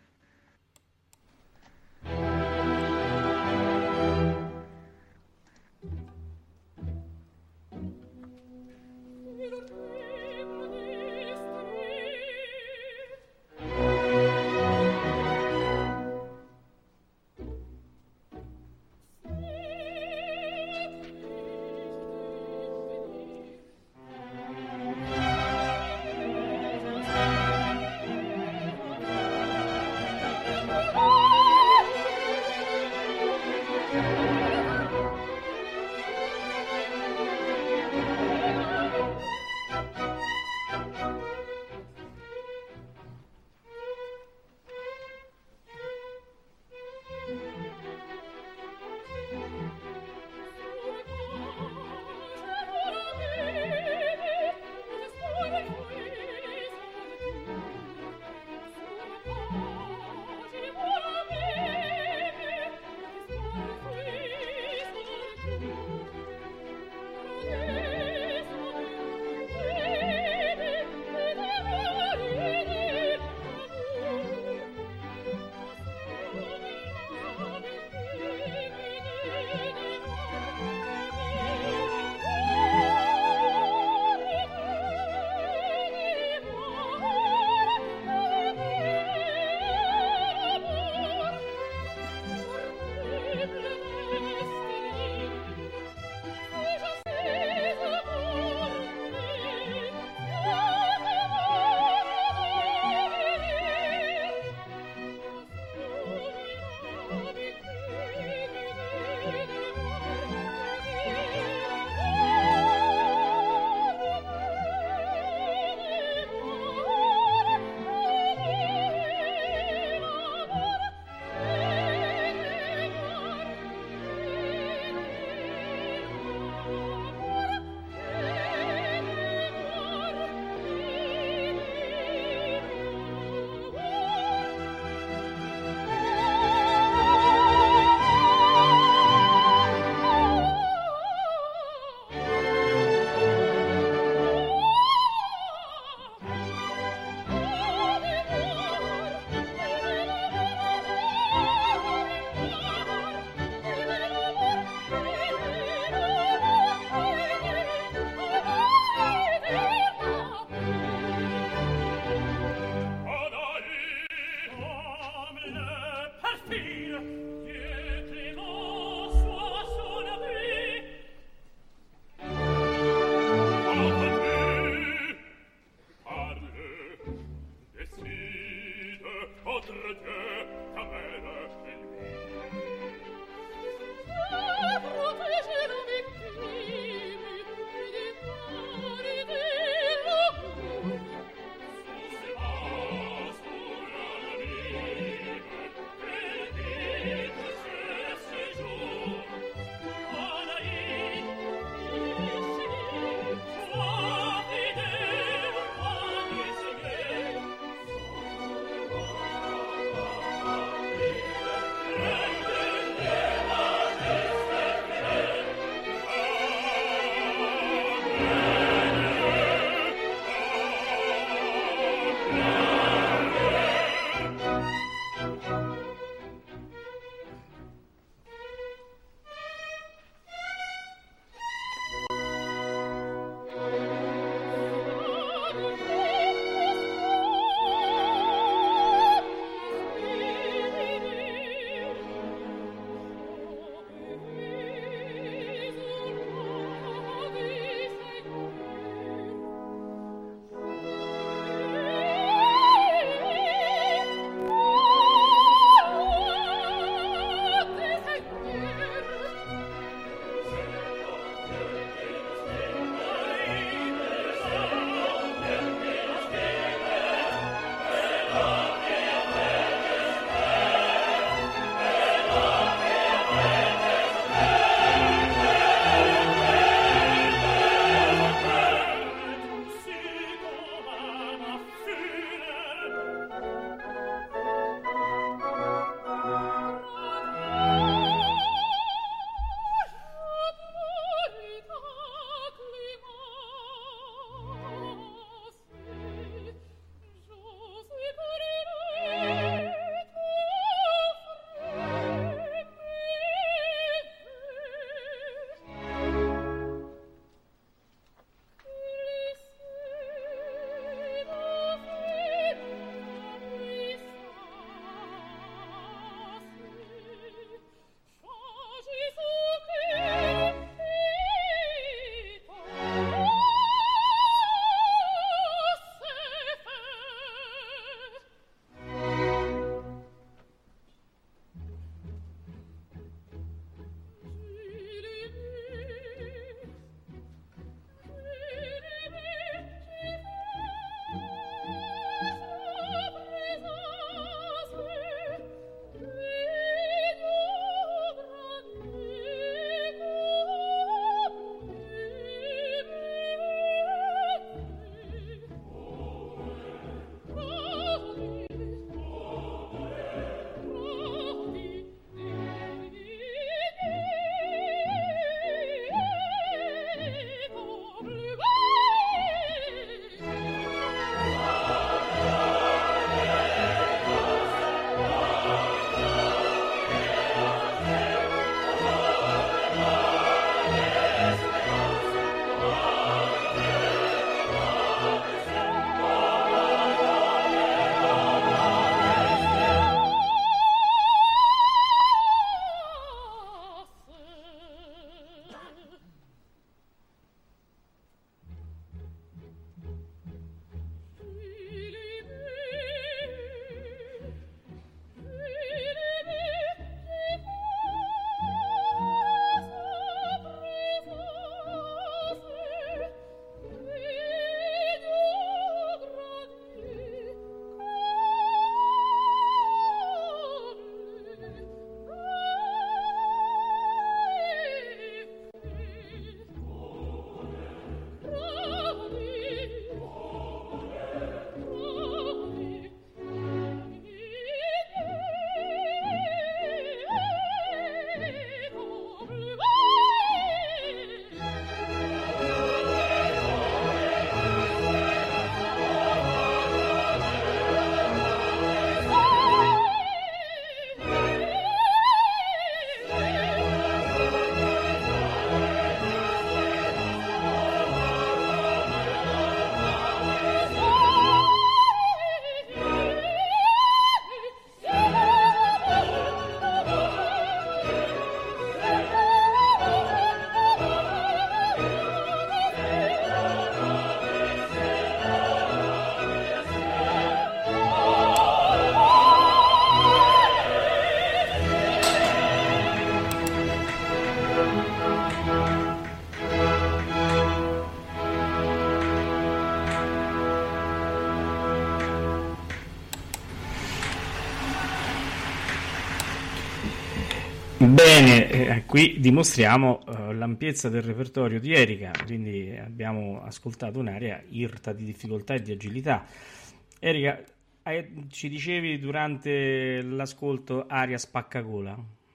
Bene, eh, qui dimostriamo eh, l'ampiezza del repertorio di Erika, quindi abbiamo ascoltato un'area irta di difficoltà e di agilità. Erika, hai- ci dicevi durante l'ascolto aria spaccagola?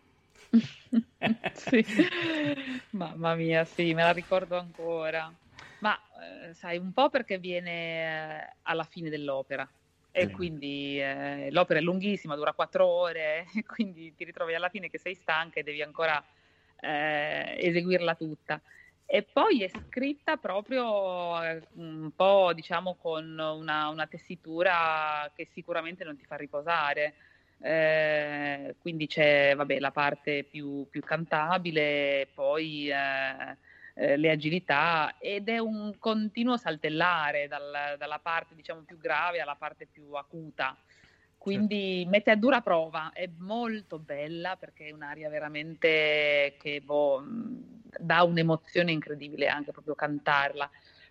Sì, mamma mia, sì, me la ricordo ancora. Ma eh, sai, un po' perché viene eh, alla fine dell'opera e quindi eh, l'opera è lunghissima, dura quattro ore, e quindi ti ritrovi alla fine che sei stanca e devi ancora eh, eseguirla tutta. E poi è scritta proprio eh, un po', diciamo, con una, una tessitura che sicuramente non ti fa riposare. Eh, quindi c'è, vabbè, la parte più, più cantabile, poi eh, eh, le agilità, ed è un continuo saltellare dal- dalla parte, diciamo, più grave alla parte più acuta. Quindi mette a dura prova, è molto bella perché è un'aria veramente che boh, mh, dà un'emozione incredibile anche proprio cantarla.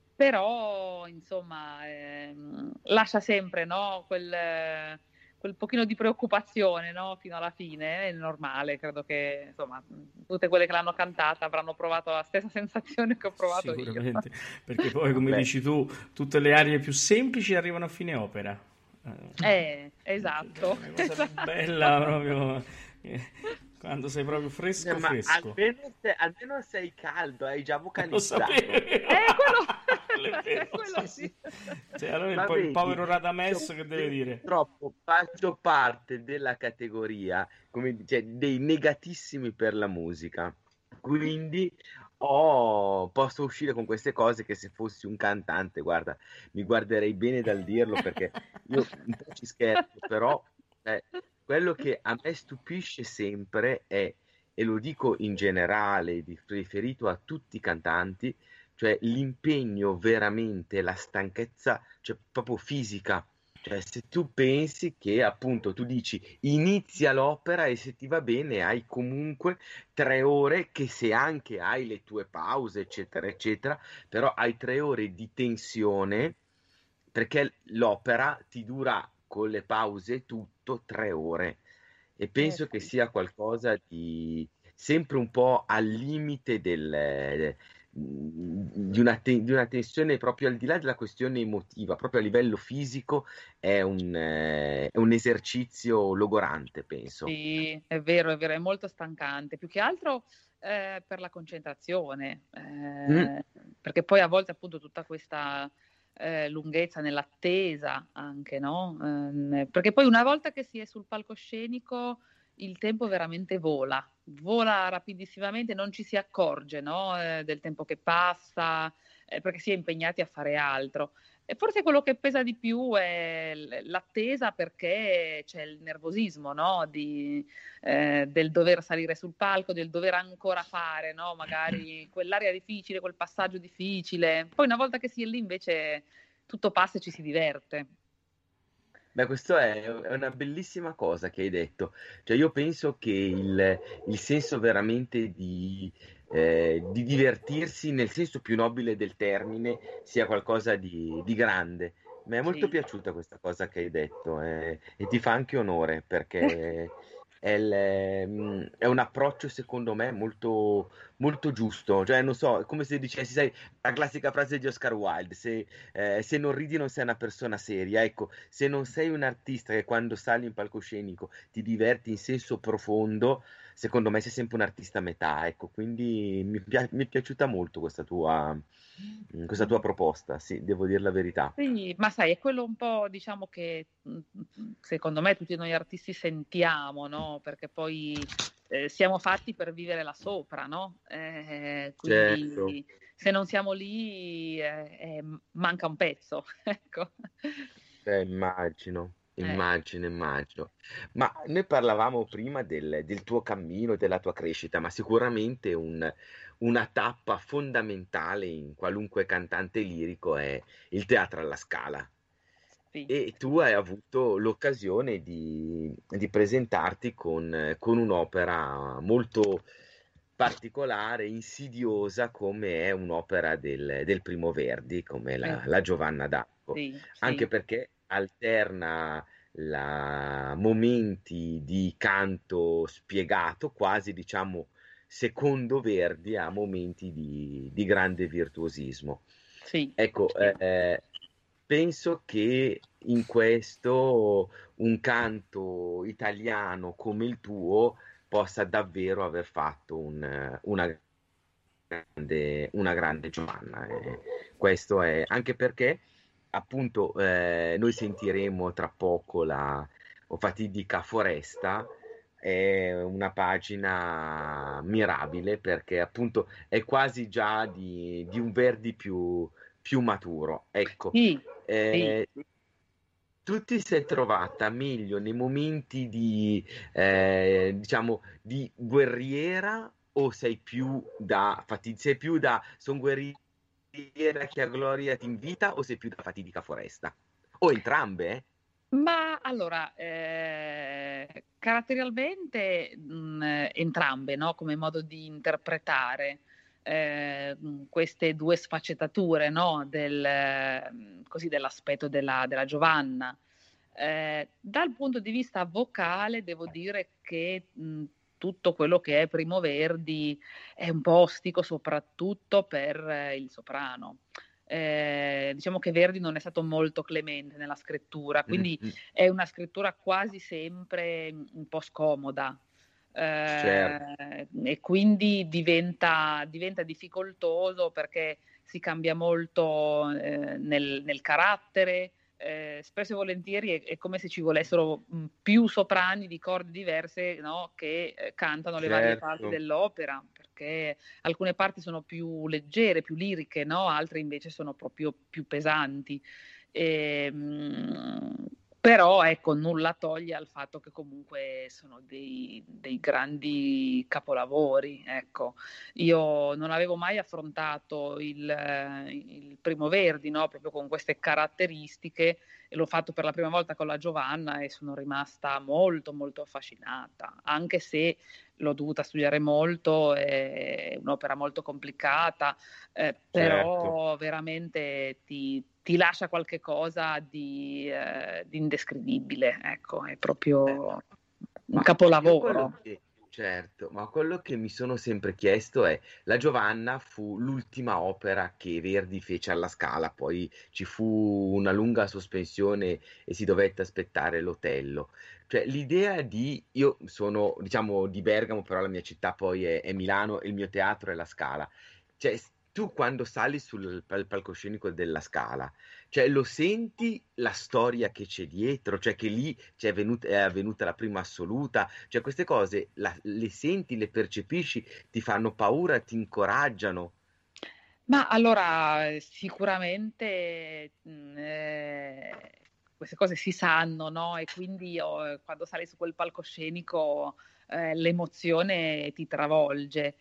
Però, insomma, ehm, lascia sempre, no, quel, quel pochino di preoccupazione, no, fino alla fine. È normale, credo che, insomma, tutte quelle che l'hanno cantata avranno provato la stessa sensazione che ho provato io. Sicuramente, perché poi, come Beh, dici tu, tutte le arie più semplici arrivano a fine opera. Eh, esatto. Una cosa più esatto. bella proprio eh, quando sei proprio eh, fresco ma fresco. almeno, se- almeno sei caldo, hai già Lo vocalizzato. sapevo. Eh, quello, È vero, quello sì, sì. sì. Cioè, allora il, Ma po- il vedi, povero Radames io che deve dire? purtroppo faccio parte della categoria, come dice, dei negatissimi per la musica. Quindi ho- posso uscire con queste cose che se fossi un cantante, guarda, mi guarderei bene dal dirlo perché io un po' ci scherzo, però eh, quello che a me stupisce sempre è, e lo dico in generale, di- riferito a tutti i cantanti, cioè l'impegno veramente, la stanchezza, cioè proprio fisica. Cioè, se tu pensi che appunto tu dici inizia l'opera e se ti va bene hai comunque tre ore che se anche hai le tue pause, eccetera, eccetera, però hai tre ore di tensione perché l'opera ti dura con le pause tutto tre ore e Eh, penso che sì. sia qualcosa di sempre un po' al limite del, di una, te- di una tensione proprio al di là della questione emotiva, proprio a livello fisico è un, eh, è un esercizio logorante, penso. Sì, è vero, è vero, è molto stancante, più che altro eh, per la concentrazione, Mm, eh, perché poi a volte appunto tutta questa eh, lunghezza nell'attesa anche, no? Ehm, perché poi una volta che si è sul palcoscenico il tempo veramente vola, vola rapidissimamente, non ci si accorge, no? Eh, del tempo che passa, eh, perché si è impegnati a fare altro. E forse quello che pesa di più è l- l'attesa perché c'è il nervosismo, no? Di, eh, del dover salire sul palco, del dover ancora fare, no? Magari quell'area difficile, quel passaggio difficile. Poi una volta che si è lì invece tutto passa e ci si diverte. beh, questo è, è una bellissima cosa che hai detto. Cioè, io penso che il, il senso veramente di, eh, di divertirsi, nel senso più nobile del termine, sia qualcosa di, di grande. Mi è molto Sì. piaciuta questa cosa che hai detto eh, e ti fa anche onore perché è, il- mm, è un approccio, secondo me, molto, molto giusto. Cioè, non so, è come se dicessi, sai, la classica frase di Oscar Wilde, se, eh, se non ridi non sei una persona seria. Ecco, se non sei un artista che quando sali in palcoscenico ti diverti in senso profondo, secondo me sei sempre un artista a metà, ecco, quindi mi, pia- mi è piaciuta molto questa tua, mm, questa tua proposta, sì, devo dire la verità. Sì, ma sai, è quello un po', diciamo, che mh, secondo me tutti noi artisti sentiamo, no? Perché poi eh, siamo fatti per vivere là sopra, no? Eh, Certo. quindi se non siamo lì eh, eh, manca un pezzo, ecco. Eh, immagino, Eh, immagino, immagino. Ma noi parlavamo prima del, del tuo cammino, della tua crescita, ma sicuramente un- una tappa fondamentale in qualunque cantante lirico è il teatro alla Scala. sì, E sì, tu hai avuto l'occasione di, di presentarti con, con un'opera molto particolare, insidiosa, come è un'opera del, del Primo Verdi, come eh, la, la Giovanna d'Arco, sì, anche sì. perché alterna la momenti di canto spiegato, quasi diciamo secondo Verdi, a momenti di, di grande virtuosismo. Sì. Ecco, eh, penso che in questo un canto italiano come il tuo possa davvero aver fatto un, una, grande, una grande Giovanna. Eh, questo è anche perché appunto eh, noi sentiremo tra poco la o fatidica Foresta. È una pagina mirabile perché appunto è quasi già di, di un Verdi più, più maturo. Ecco, Sì, eh, sì. tu ti sei trovata meglio nei momenti di, eh, diciamo, di guerriera o sei più da fatidica, sei più da son guerriera che a gloria ti invita o sei più da fatidica Foresta? O entrambe, eh? Ma allora, eh, caratterialmente mh, entrambe, no? Come modo di interpretare eh, queste due sfaccettature, no? Del, così, dell'aspetto della, della Giovanna. Eh, dal punto di vista vocale devo dire che mh, tutto quello che è Primo Verdi è un po' ostico soprattutto per eh, il soprano. Eh, diciamo che Verdi non è stato molto clemente nella scrittura, quindi Mm-hmm. è una scrittura quasi sempre un po' scomoda. Eh, Certo. E quindi diventa, diventa difficoltoso perché si cambia molto eh, nel, nel carattere. Eh, spesso e volentieri è, è come se ci volessero mh, più soprani di corde diverse, no? Che eh, cantano le varie Certo. parti dell'opera, perché alcune parti sono più leggere, più liriche, no? Altre invece sono proprio più pesanti. E, mh, però ecco, nulla toglie al fatto che comunque sono dei, dei grandi capolavori. Ecco. Io non avevo mai affrontato il, il Primo Verdi, no? Proprio con queste caratteristiche, e l'ho fatto per la prima volta con la Giovanna e sono rimasta molto molto affascinata, anche se l'ho dovuta studiare molto, è un'opera molto complicata, eh, però Certo. veramente ti, ti lascia qualche cosa di, eh, di indescrivibile, ecco, è proprio un Ma capolavoro. io quello che, certo, ma quello che mi sono sempre chiesto è, la Giovanna fu l'ultima opera che Verdi fece alla Scala, poi ci fu una lunga sospensione e si dovette aspettare l'Otello. Cioè l'idea di, io sono diciamo di Bergamo, però la mia città poi è, è Milano e il mio teatro è la Scala. Cioè tu quando sali sul pal- palcoscenico della Scala, cioè lo senti la storia che c'è dietro, cioè che lì c'è venuta, è avvenuta la prima assoluta, cioè queste cose la- le senti, le percepisci, ti fanno paura, ti incoraggiano. Ma allora sicuramente mh, eh, queste cose si sanno, no? E quindi io, quando sali su quel palcoscenico eh, l'emozione ti travolge.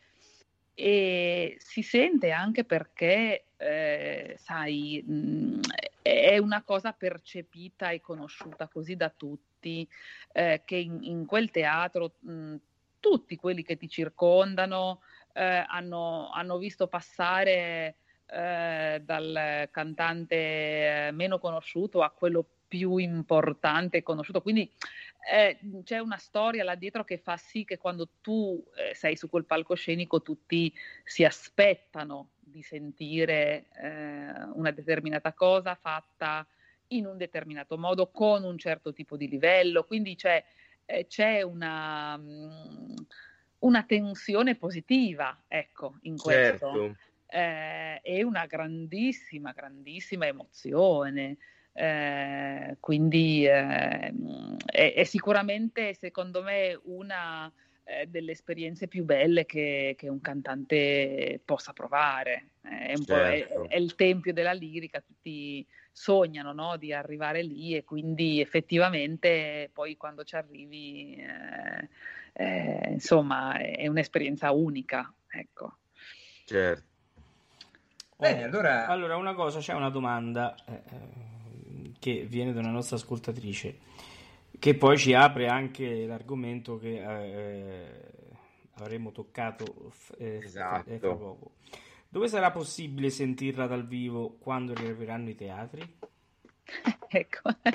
E si sente anche perché, eh, sai, mh, è una cosa percepita e conosciuta così da tutti, eh, che in, in quel teatro mh, tutti quelli che ti circondano eh, hanno, hanno visto passare eh, dal cantante eh, meno conosciuto a quello più importante e conosciuto. Quindi eh, c'è una storia là dietro che fa sì che quando tu eh, sei su quel palcoscenico tutti si aspettano di sentire eh, una determinata cosa fatta in un determinato modo, con un certo tipo di livello. Quindi c'è, eh, c'è una, um, una tensione positiva, ecco, in questo. Certo. Eh, e una grandissima, grandissima emozione. Eh, quindi eh, è, è sicuramente, secondo me, una eh, delle esperienze più belle che, che un cantante possa provare. È, un po', è, Certo. è il tempio della lirica, tutti sognano, no, di arrivare lì, e quindi effettivamente poi quando ci arrivi eh, eh, insomma è un'esperienza unica, ecco. Certo. Bene, allora... allora una cosa, c'è una domanda eh, eh, che viene da una nostra ascoltatrice, che poi ci apre anche l'argomento che eh, avremo toccato eh, Esatto. fra, eh, fra poco. Dove sarà possibile sentirla dal vivo quando riapriranno i teatri? Ecco,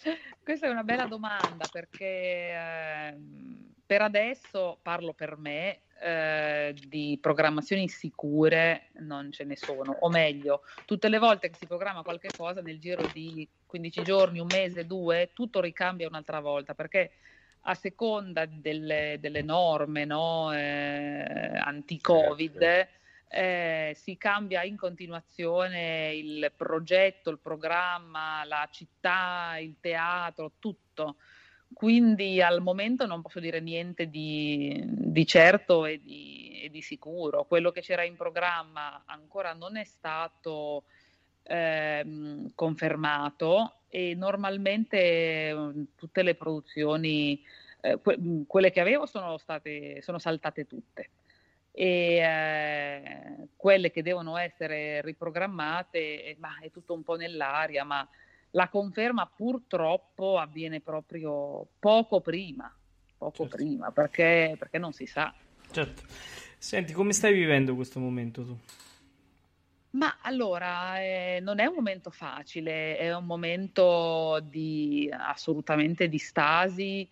Questa è una bella domanda perché eh, per adesso, parlo per me, eh, di programmazioni sicure non ce ne sono, o meglio, tutte le volte che si programma qualche cosa nel giro di quindici giorni, un mese, due, tutto ricambia un'altra volta perché a seconda delle, delle norme, no, eh, anti-Covid, Certo. eh, si cambia in continuazione il progetto, il programma, la città, il teatro, tutto. Quindi al momento non posso dire niente di, di certo e di, e di sicuro. Quello che c'era in programma ancora non è stato ehm, confermato e normalmente eh, tutte le produzioni, eh, que- quelle che avevo sono state, sono saltate tutte e eh, quelle che devono essere riprogrammate, eh, ma è tutto un po' nell'aria, ma la conferma purtroppo avviene proprio poco prima, poco Certo. prima, perché, perché non si sa. Certo. Senti, come stai vivendo questo momento tu? Ma allora, eh, non è un momento facile, è un momento di assolutamente di stasi,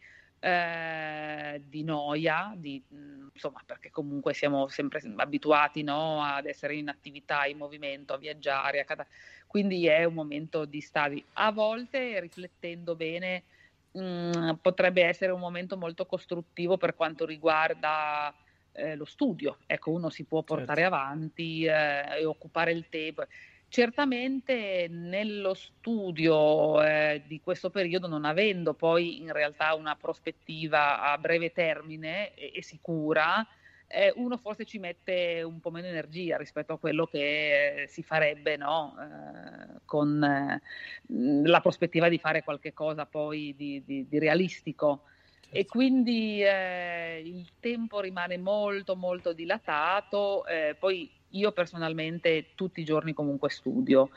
eh, di noia, di, mh, insomma, perché comunque siamo sempre abituati, no, ad essere in attività, in movimento, a viaggiare, a cada- quindi è un momento di stasi. A volte, riflettendo bene, mh, potrebbe essere un momento molto costruttivo per quanto riguarda eh, lo studio. Ecco, uno si può portare Certo. avanti eh, e occupare il tempo. Certamente nello studio eh, di questo periodo, non avendo poi in realtà una prospettiva a breve termine e, e sicura, eh, uno forse ci mette un po' meno energia rispetto a quello che eh, si farebbe, no? Eh, con eh, la prospettiva di fare qualche cosa poi di, di, di realistico. E Certo. quindi eh, il tempo rimane molto molto dilatato, eh, poi io personalmente tutti i giorni comunque studio,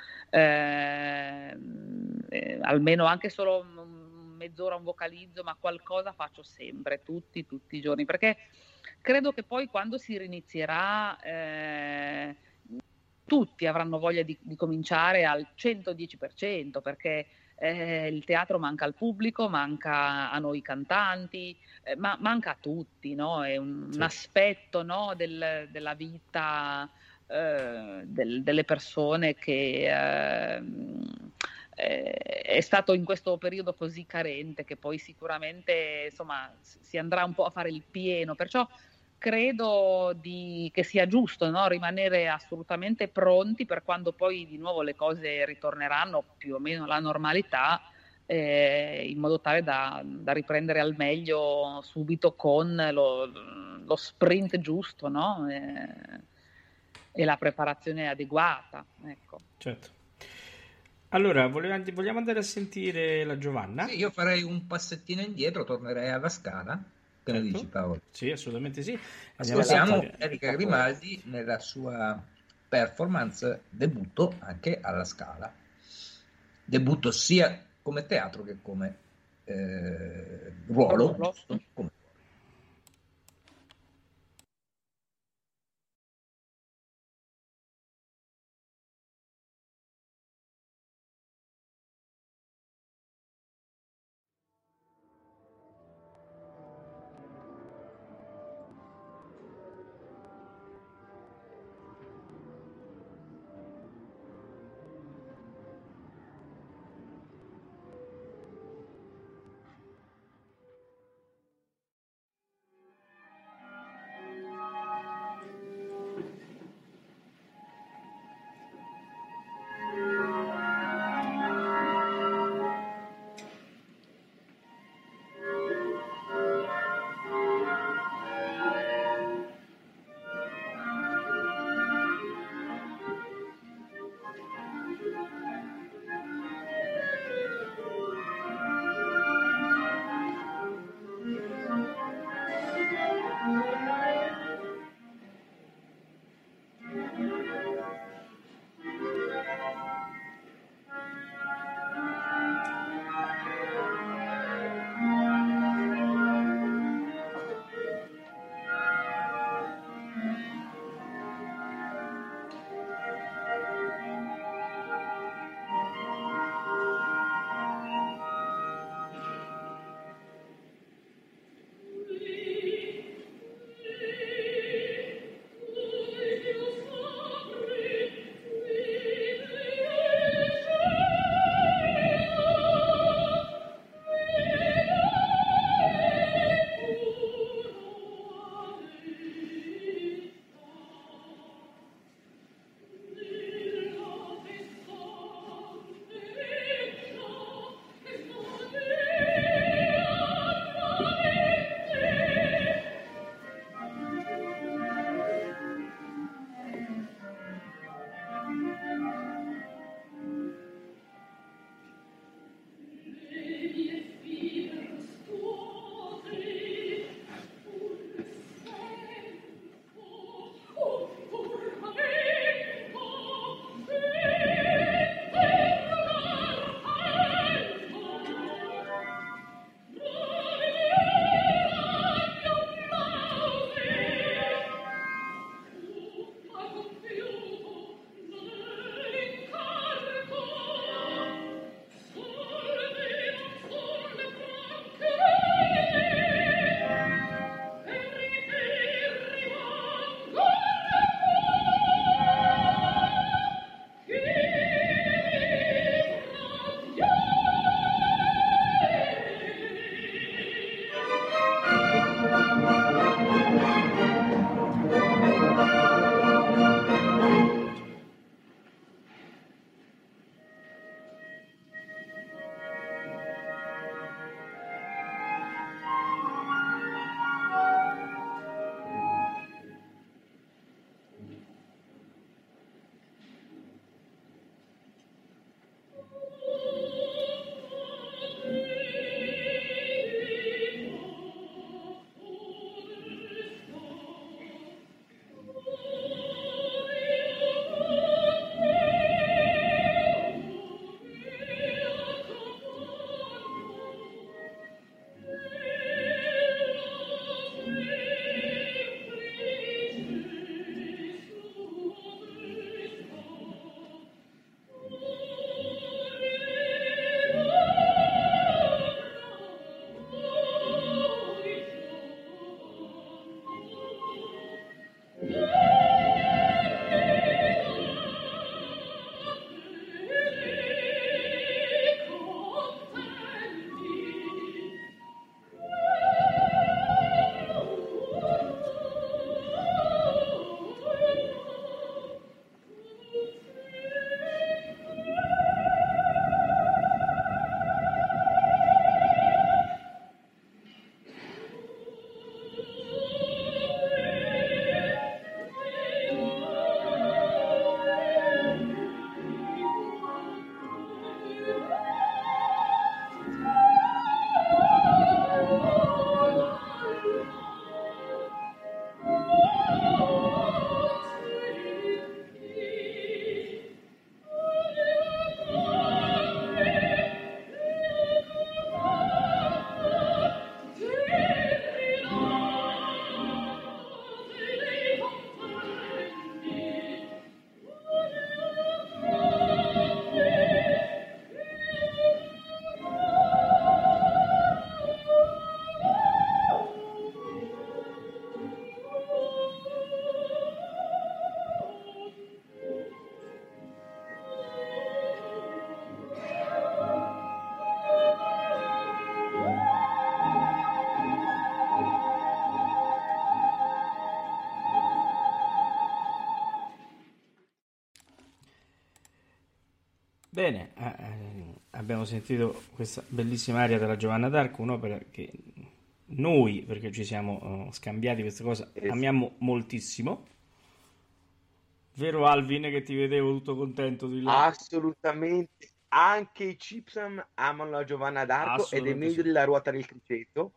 eh, eh, almeno anche solo mezz'ora un vocalizzo, ma qualcosa faccio sempre, tutti, tutti i giorni, perché credo che poi quando si rinizierà eh, tutti avranno voglia di, di cominciare al centodieci per cento, perché eh, il teatro manca al pubblico, manca a noi cantanti, eh, ma manca a tutti, no? È un, un Sì. aspetto, no, del- della vita eh, del- delle persone che ehm, eh, è stato in questo periodo così carente che poi sicuramente insomma si si andrà un po' a fare il pieno, perciò credo di- che sia giusto, no? Rimanere assolutamente pronti per quando poi di nuovo le cose ritorneranno più o meno alla normalità, eh, in modo tale da, da riprendere al meglio subito con lo, lo sprint giusto, no? Eh, e la preparazione adeguata. Ecco. Certo. Allora, voleva- vogliamo andare a sentire la Sì, Giovanna? io farei un passettino indietro, tornerei alla Scala. Che ne dici, Certo. Paolo? Sì, assolutamente sì. Andiamo a Ascoltiamo sentire. Erika Grimaldi nella sua performance debutto anche alla Scala. Debutto sia come teatro che come eh, ruolo, Ruolo. giusto? Come Bene, eh, abbiamo sentito questa bellissima aria della Giovanna d'Arco, un'opera che noi, perché ci siamo uh, scambiati questa cosa, Eh sì. amiamo moltissimo. Vero Alvin, che ti vedevo tutto contento di là? Assolutamente. Anche i Cipsam amano la Giovanna d'Arco ed è Assolutamente meglio sì. della ruota del criceto.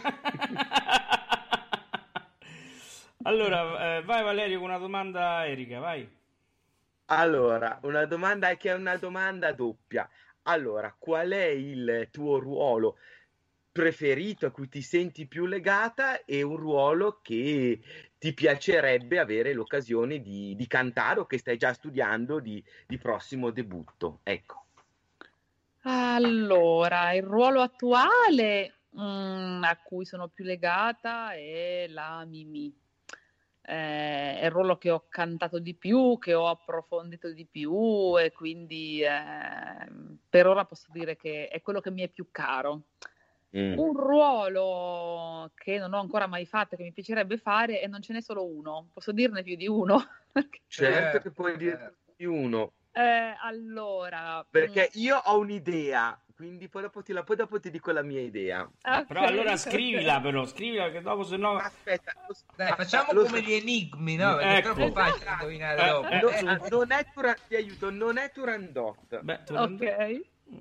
Allora, eh, vai Valerio con una domanda a Erika, vai. Allora, una domanda che è una domanda doppia. Allora, qual è il tuo ruolo preferito a cui ti senti più legata e un ruolo che ti piacerebbe avere l'occasione di, di cantare o che stai già studiando di, di prossimo debutto? Ecco. Allora, il ruolo attuale mm, a cui sono più legata è la Mimì. Eh, è il ruolo che ho cantato di più, che ho approfondito di più e quindi eh, per ora posso dire che è quello che mi è più caro. Mm. Un ruolo che non ho ancora mai fatto, che mi piacerebbe fare, e non ce n'è solo uno, posso dirne più di uno? Certo che puoi dire di uno, Eh, allora, perché mm, io ho un'idea, quindi poi dopo ti, la, poi dopo ti dico la mia idea. ok, Però allora ok. scrivila, però, scrivila, che dopo se no... Aspetta, lo- Dai, facciamo lo- come gli enigmi, no? Perché Ecco. è troppo facile indovinare Eh, dopo. eh, no- Eh, ah, non è Tura- ti aiuto, non è Turandot. Beh, tu non- Ok.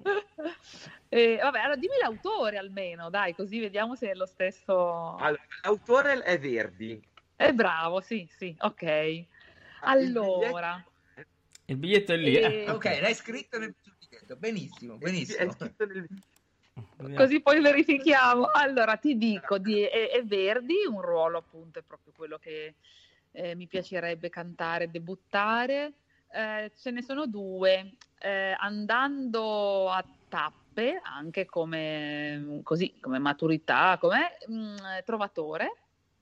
Eh, vabbè, allora dimmi l'autore almeno, dai, così vediamo se è lo stesso. Allora, l'autore è Verdi. È bravo, sì, sì, ok. Ah, il Allora, Il biglietto è lì, eh. Eh, ok, l'hai scritto nel sul biglietto. Benissimo, biglietto è benissimo. scritto nel... Vediamo. così poi verifichiamo. Allora, ti dico, di, è, è Verdi, un ruolo appunto è proprio quello che eh, mi piacerebbe cantare, debuttare. Eh, ce ne sono due, eh, andando a tappe, anche come, così, come maturità, come mm, Trovatore.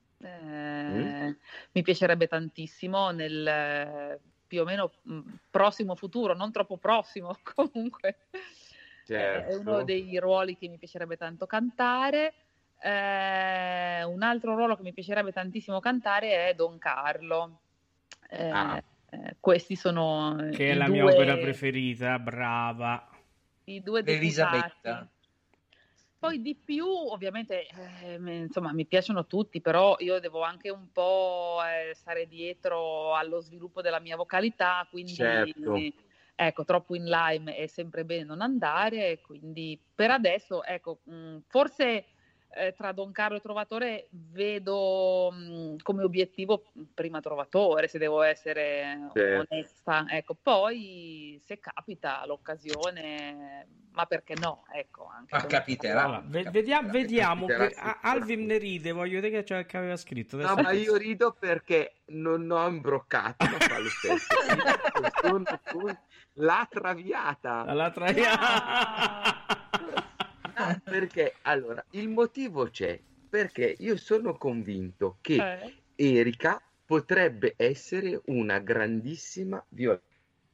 Eh, mi piacerebbe tantissimo nel eh, più o meno mh, prossimo futuro, non troppo prossimo, comunque eh, è uno Certo. dei ruoli che mi piacerebbe tanto cantare. Eh, un altro ruolo che mi piacerebbe tantissimo cantare è Don Carlo. Eh, Ah. eh, questi sono Che è i la due, mia opera preferita, brava. i due Elisabetta. deputati. Poi di più, ovviamente, eh, mi- insomma, mi piacciono tutti, però io devo anche un po' eh, stare dietro allo sviluppo della mia vocalità, quindi Certo. ecco, troppo in lime è sempre bene non andare, quindi per adesso, ecco, mh, forse eh, tra Don Carlo e Trovatore vedo mh, come obiettivo prima Trovatore, se devo essere Certo. onesta, ecco, poi se capita l'occasione, ma perché no, ecco, anche Ma Don capiterà. Allora, ve- capiterà. vediamo, vediamo capiterà che a- sicuramente. Alvin ne ride, voglio vedere che c'è- che aveva scritto. No, Adesso- ma io rido perché non ho imbroccato, ma fa lo stesso. Io sono con la traviata. Alla traia. No, perché allora il motivo c'è, perché io sono convinto che Eh, Erika potrebbe essere una grandissima violenta.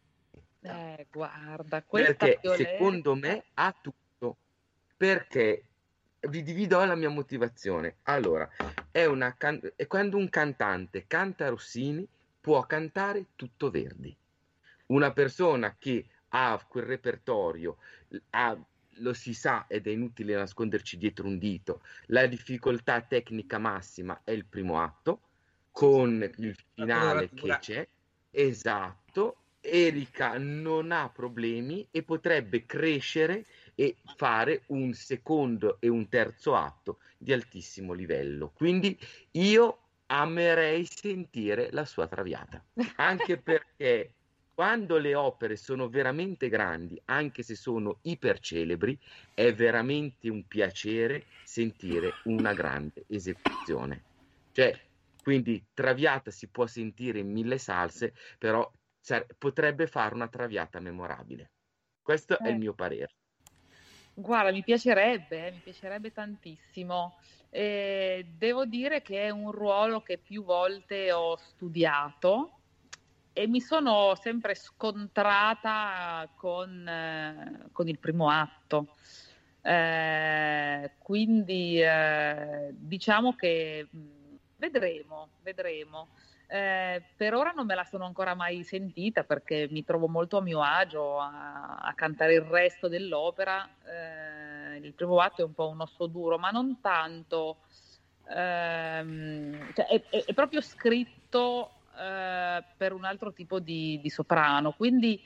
eh, guarda, questa Perché Violetta- secondo me ha tutto. Perché vi, vi do la mia motivazione. Allora, è una can- è quando un cantante canta Rossini, può cantare tutto Verdi. Una persona che ha quel repertorio, ha- lo si sa ed è inutile nasconderci dietro un dito, la difficoltà tecnica massima è il primo atto, con il finale che coloratura. c'è, esatto. Erika non ha problemi e potrebbe crescere e fare un secondo e un terzo atto di altissimo livello. Quindi io amerei sentire la sua traviata, anche perché quando le opere sono veramente grandi, anche se sono ipercelebri, è veramente un piacere sentire una grande esecuzione. Cioè, quindi Traviata si può sentire in mille salse, però sar- potrebbe fare una Traviata memorabile. Questo è il Eh. mio parere. Guarda, mi piacerebbe, eh, mi piacerebbe tantissimo. Eh, devo dire che è un ruolo che più volte ho studiato e mi sono sempre scontrata con, eh, con il primo atto. Eh, quindi eh, diciamo che mh, vedremo, vedremo. Eh, per ora non me la sono ancora mai sentita perché mi trovo molto a mio agio a, a cantare il resto dell'opera. Eh, il primo atto è un po' un osso duro, ma non tanto. Ehm, cioè è, è, è proprio scritto eh, per un altro tipo di, di soprano, quindi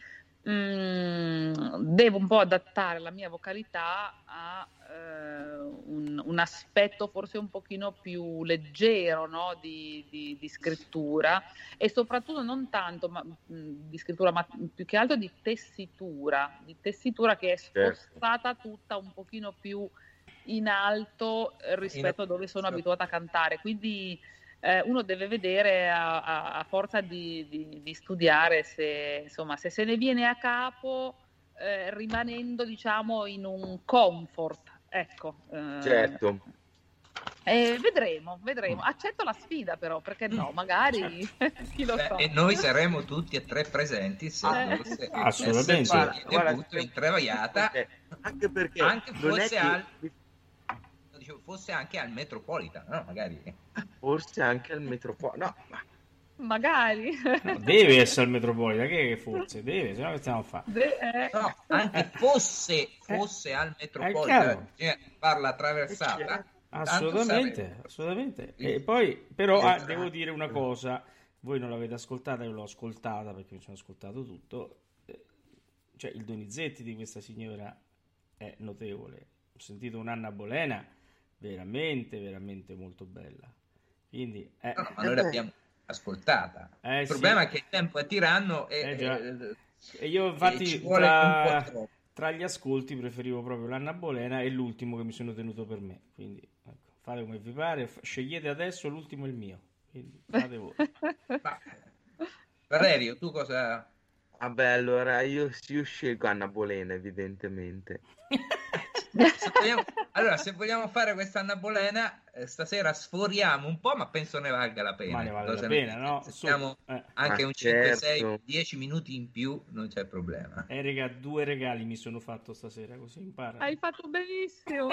mh, devo un po' adattare la mia vocalità a eh, un, un aspetto forse un pochino più leggero, no? di, di, di scrittura, e soprattutto non tanto ma, mh, di scrittura, ma più che altro di tessitura, di tessitura che è spostata tutta un pochino più in alto rispetto a dove sono abituata a cantare, quindi eh, uno deve vedere a, a, a forza di, di, di studiare se, insomma, se se ne viene a capo eh, rimanendo, diciamo, in un comfort, ecco. Eh, Certo. Eh, vedremo, vedremo. Accetto la sfida però, perché no, magari chi lo sa. E noi saremo tutti e tre presenti se Eh. fosse Assolutamente. se Guarda, guarda, debutto in Travagliata, anche perché anche non è fosse che- al dicevo, fosse anche al Metropolitan, no? Magari. forse anche al Metropolitan, no, ma Magari. No, deve essere al Metropolitan, che forse deve, se no che stiamo a fare? De- eh. No, anche fosse fosse al chiaro. Metropolitan, cioè, farla attraversata. tanto Assolutamente, sarebbe. assolutamente. E poi, però, ah, Esatto. devo dire una cosa: voi non l'avete ascoltata, io l'ho ascoltata perché mi sono ascoltato tutto. Eh, Cioè, il Donizetti di questa signora è notevole. Ho sentito un'Anna Bolena veramente, veramente molto bella. Quindi, eh, No, no, ma noi l'abbiamo ascoltata. Eh, Il sì. problema è che il tempo è tiranno e, Eh, già. e- E io e infatti ci vuole un tra, po' troppo. tra gli ascolti preferivo proprio l'Anna Bolena e l'ultimo che mi sono tenuto per me. Quindi ecco, fate come vi pare, f- scegliete adesso, l'ultimo è il mio. Quindi fate voi. Ma, Valerio, tu cosa... vabbè, allora io, io scelgo Anna Bolena, evidentemente. Se vogliamo... Allora, se vogliamo fare questa Anna Bolena, eh, stasera sforiamo un po', ma penso ne valga la pena. Ma ne vale Cosa la ne pena, dite? no? Se Su, siamo eh. anche Ma un cinque, certo. sei, dieci minuti in più, non c'è problema. Eh, raga, due regali mi sono fatto stasera, così impara. Hai fatto benissimo.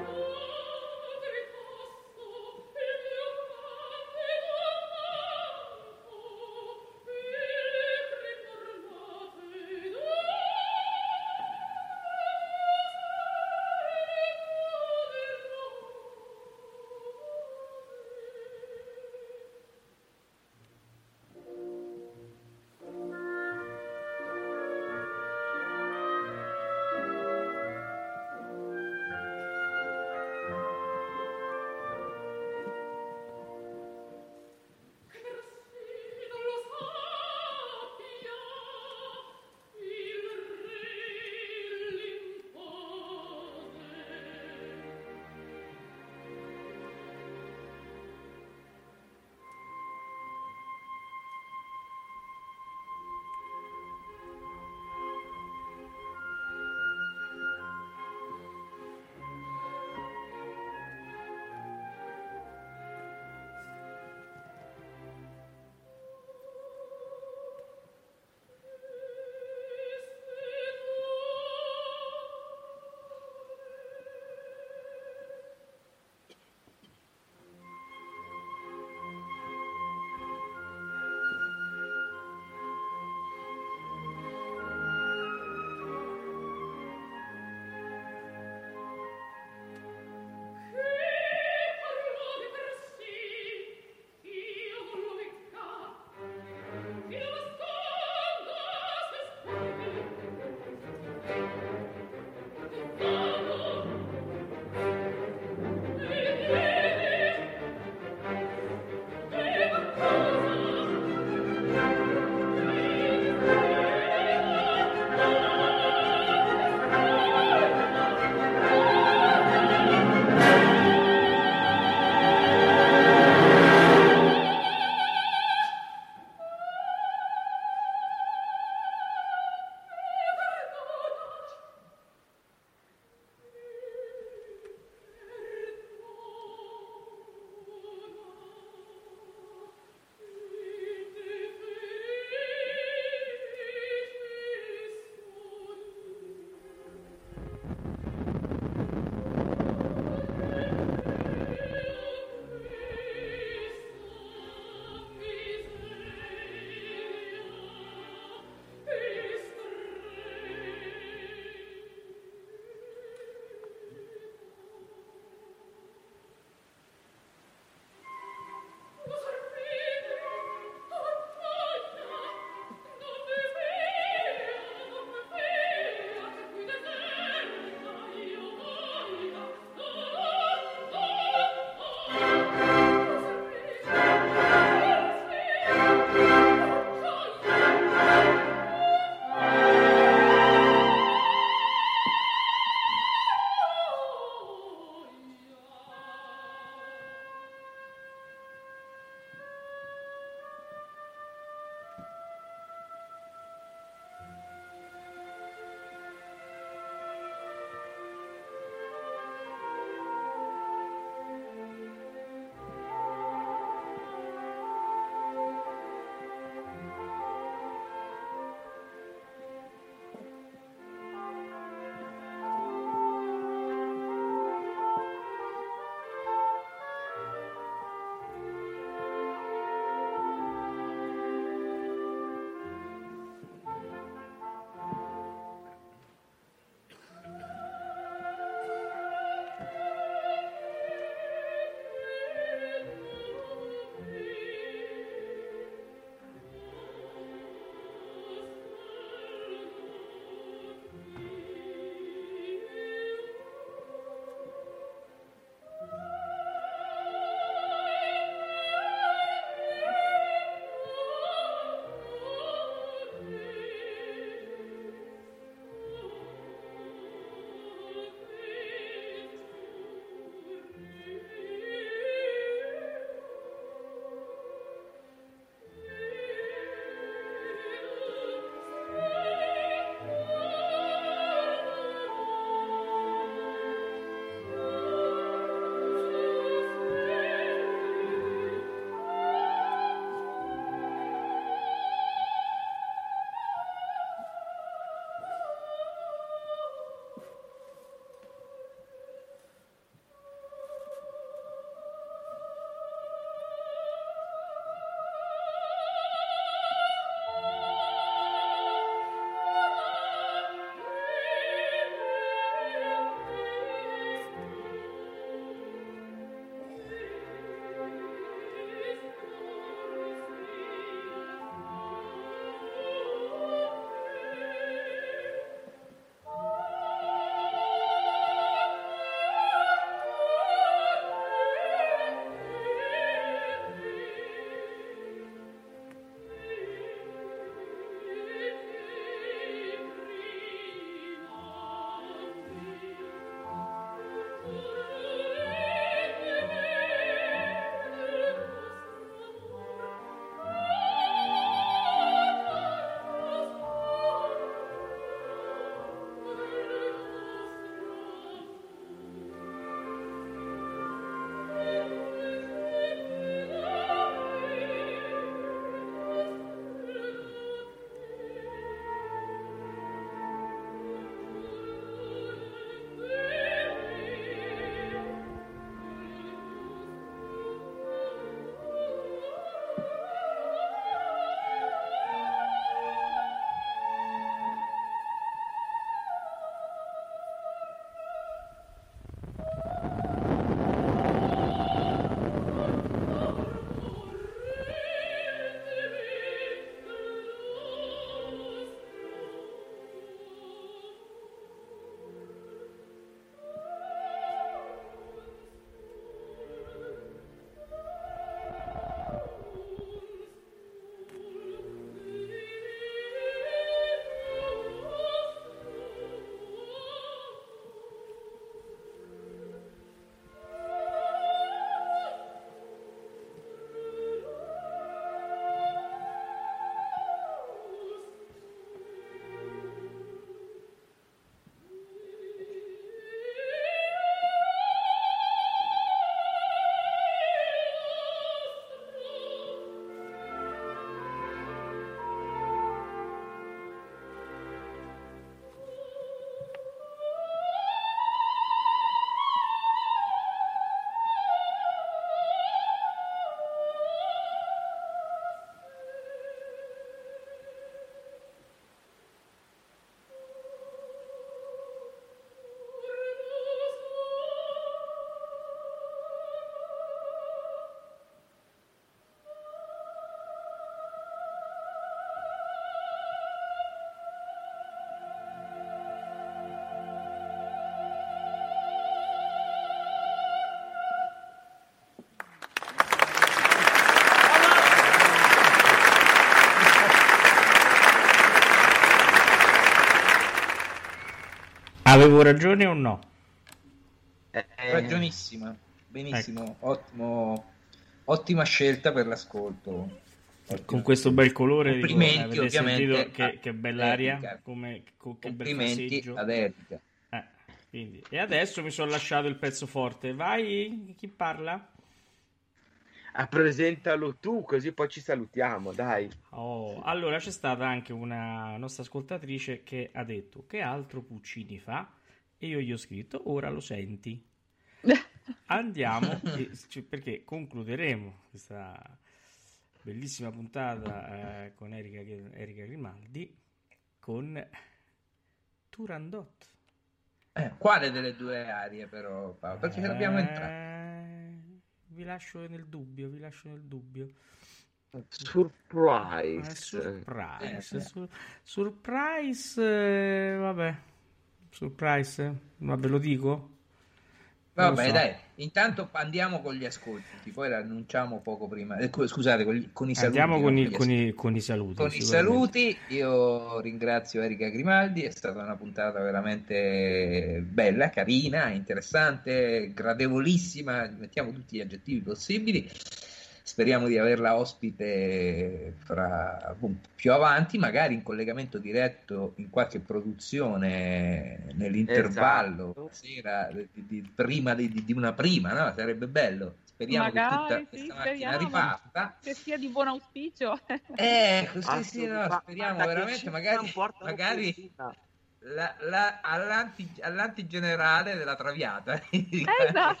Avevo ragione o no? Eh, Ragionissima, benissimo, ecco. Ottimo, ottima scelta per l'ascolto. Ottima. Con questo bel colore, complimenti dico, ovviamente, che, che bell'aria, come, con, che complimenti bel ad Erika. Eh, quindi. E adesso mi sono lasciato il pezzo forte. Vai, chi parla? Ah, presentalo tu, così poi ci salutiamo, dai. Oh, allora c'è stata anche una nostra ascoltatrice che ha detto: che altro Puccini fa? E io gli ho scritto: ora lo senti. Andiamo, e, cioè, perché concluderemo questa bellissima puntata eh, con Erika, Erika Grimaldi con Turandot. Eh, quale delle due arie però, Paolo? Perché ce l'abbiamo entrate. Vi lascio nel dubbio, vi lascio nel dubbio. Surprise. Eh, surprise. Eh, Sur- surprise, eh, vabbè. Surprise, ma ve lo dico? Vabbè, so. dai, intanto andiamo con gli ascolti, poi l'annunciamo poco prima. Eh, scusate, con, gli, con i saluti. Andiamo con, no? i, con, i, con i saluti. Con i saluti, io ringrazio Erika Grimaldi, è stata una puntata veramente bella, carina, interessante, gradevolissima, mettiamo tutti gli aggettivi possibili. Speriamo di averla ospite fra, più avanti, magari in collegamento diretto in qualche produzione nell'intervallo, esatto. sera, di, di, prima di, di una prima, no? Sarebbe bello. Speriamo magari, che tutta sì, questa speriamo macchina riparta. Che sia di buon auspicio. Eh, così sì, no, speriamo veramente, magari, magari la, la, all'anti, all'antigenerale della Traviata. Esatto.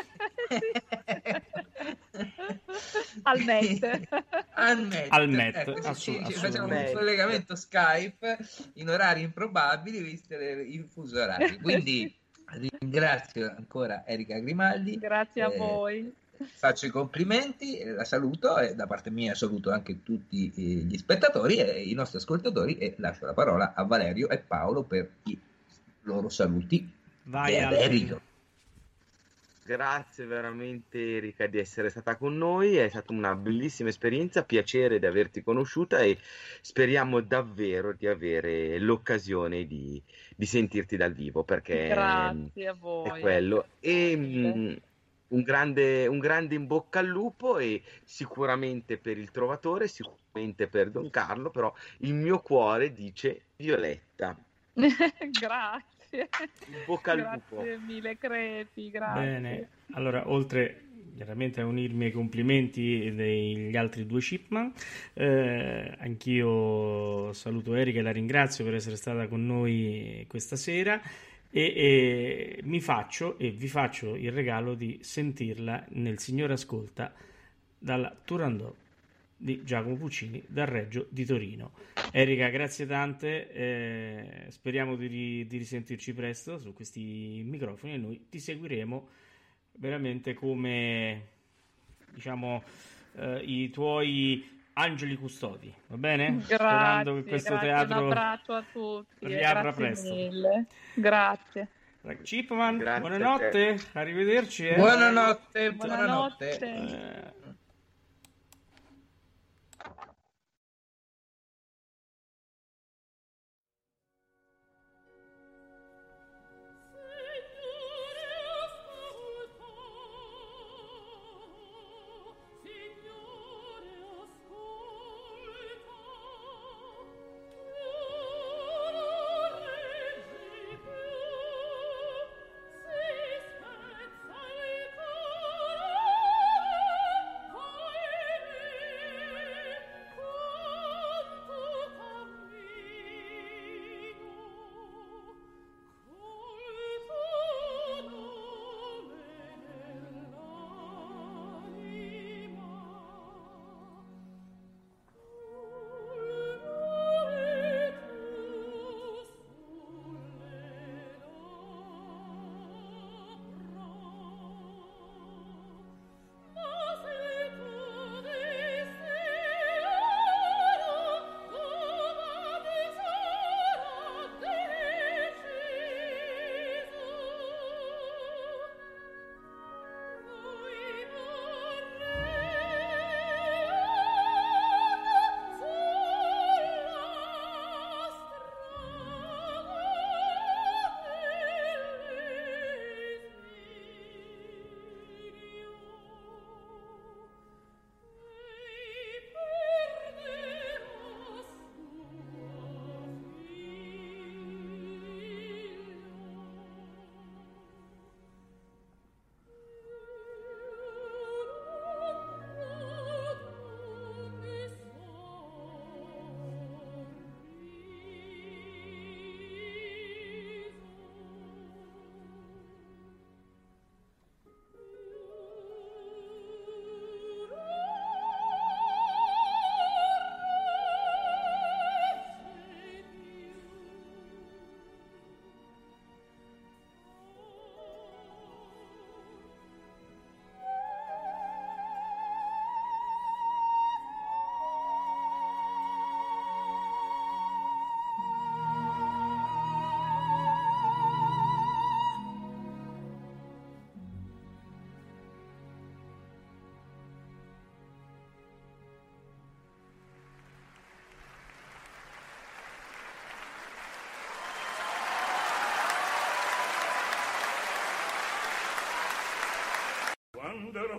Al Met. Al Met, Al Met. Ecco, sì, Assolut- ci facciamo un assolutamente. collegamento Skype in orari improbabili viste le, i fusi orari. Quindi ringrazio ancora Erika Grimaldi. Grazie a eh, voi. Faccio i complimenti, la saluto e da parte mia saluto anche tutti gli spettatori e i nostri ascoltatori e lascio la parola a Valerio e Paolo per i loro saluti. Vai, Erika. Grazie veramente Erika di essere stata con noi, è stata una bellissima esperienza, piacere di averti conosciuta e speriamo davvero di avere l'occasione di, di sentirti dal vivo perché Grazie a voi. è quello. E mh, un grande, un grande in bocca al lupo e sicuramente per il Trovatore, sicuramente per Don Carlo, però il mio cuore dice Violetta. Grazie. In bocca al Grazie lupo. mille crepi, grazie. Bene, allora oltre chiaramente a unirmi ai complimenti degli altri due Chipman, eh, anch'io saluto Erika e la ringrazio per essere stata con noi questa sera e, e mi faccio e vi faccio il regalo di sentirla nel Signore Ascolta dalla Turandot di Giacomo Puccini dal Reggio di Torino. Erika, grazie tante, eh, speriamo di, ri- di risentirci presto su questi microfoni e noi ti seguiremo veramente come, diciamo, eh, i tuoi angeli custodi, va bene? Grazie, Sperando che questo grazie, teatro un abbraccio a tutti. riapra Grazie presto. mille. Grazie. Chipman, Grazie buonanotte, arrivederci. Eh. Buonanotte, Buonanotte. buonanotte. Eh,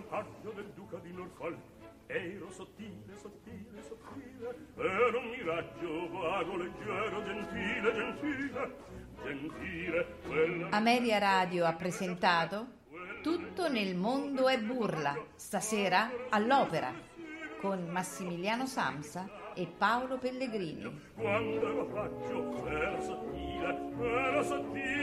rampaggio del duca di Norfolk. Ero sottile, sottile, sottile, ero un miraggio vago, leggero, gentile, gentile, gentile. Quella... Ameria Radio ha presentato Tutto nel mondo è burla, stasera all'Opera, con Massimiliano Samsa e Paolo Pellegrini. Quando ero raggio, era sottile, era sottile.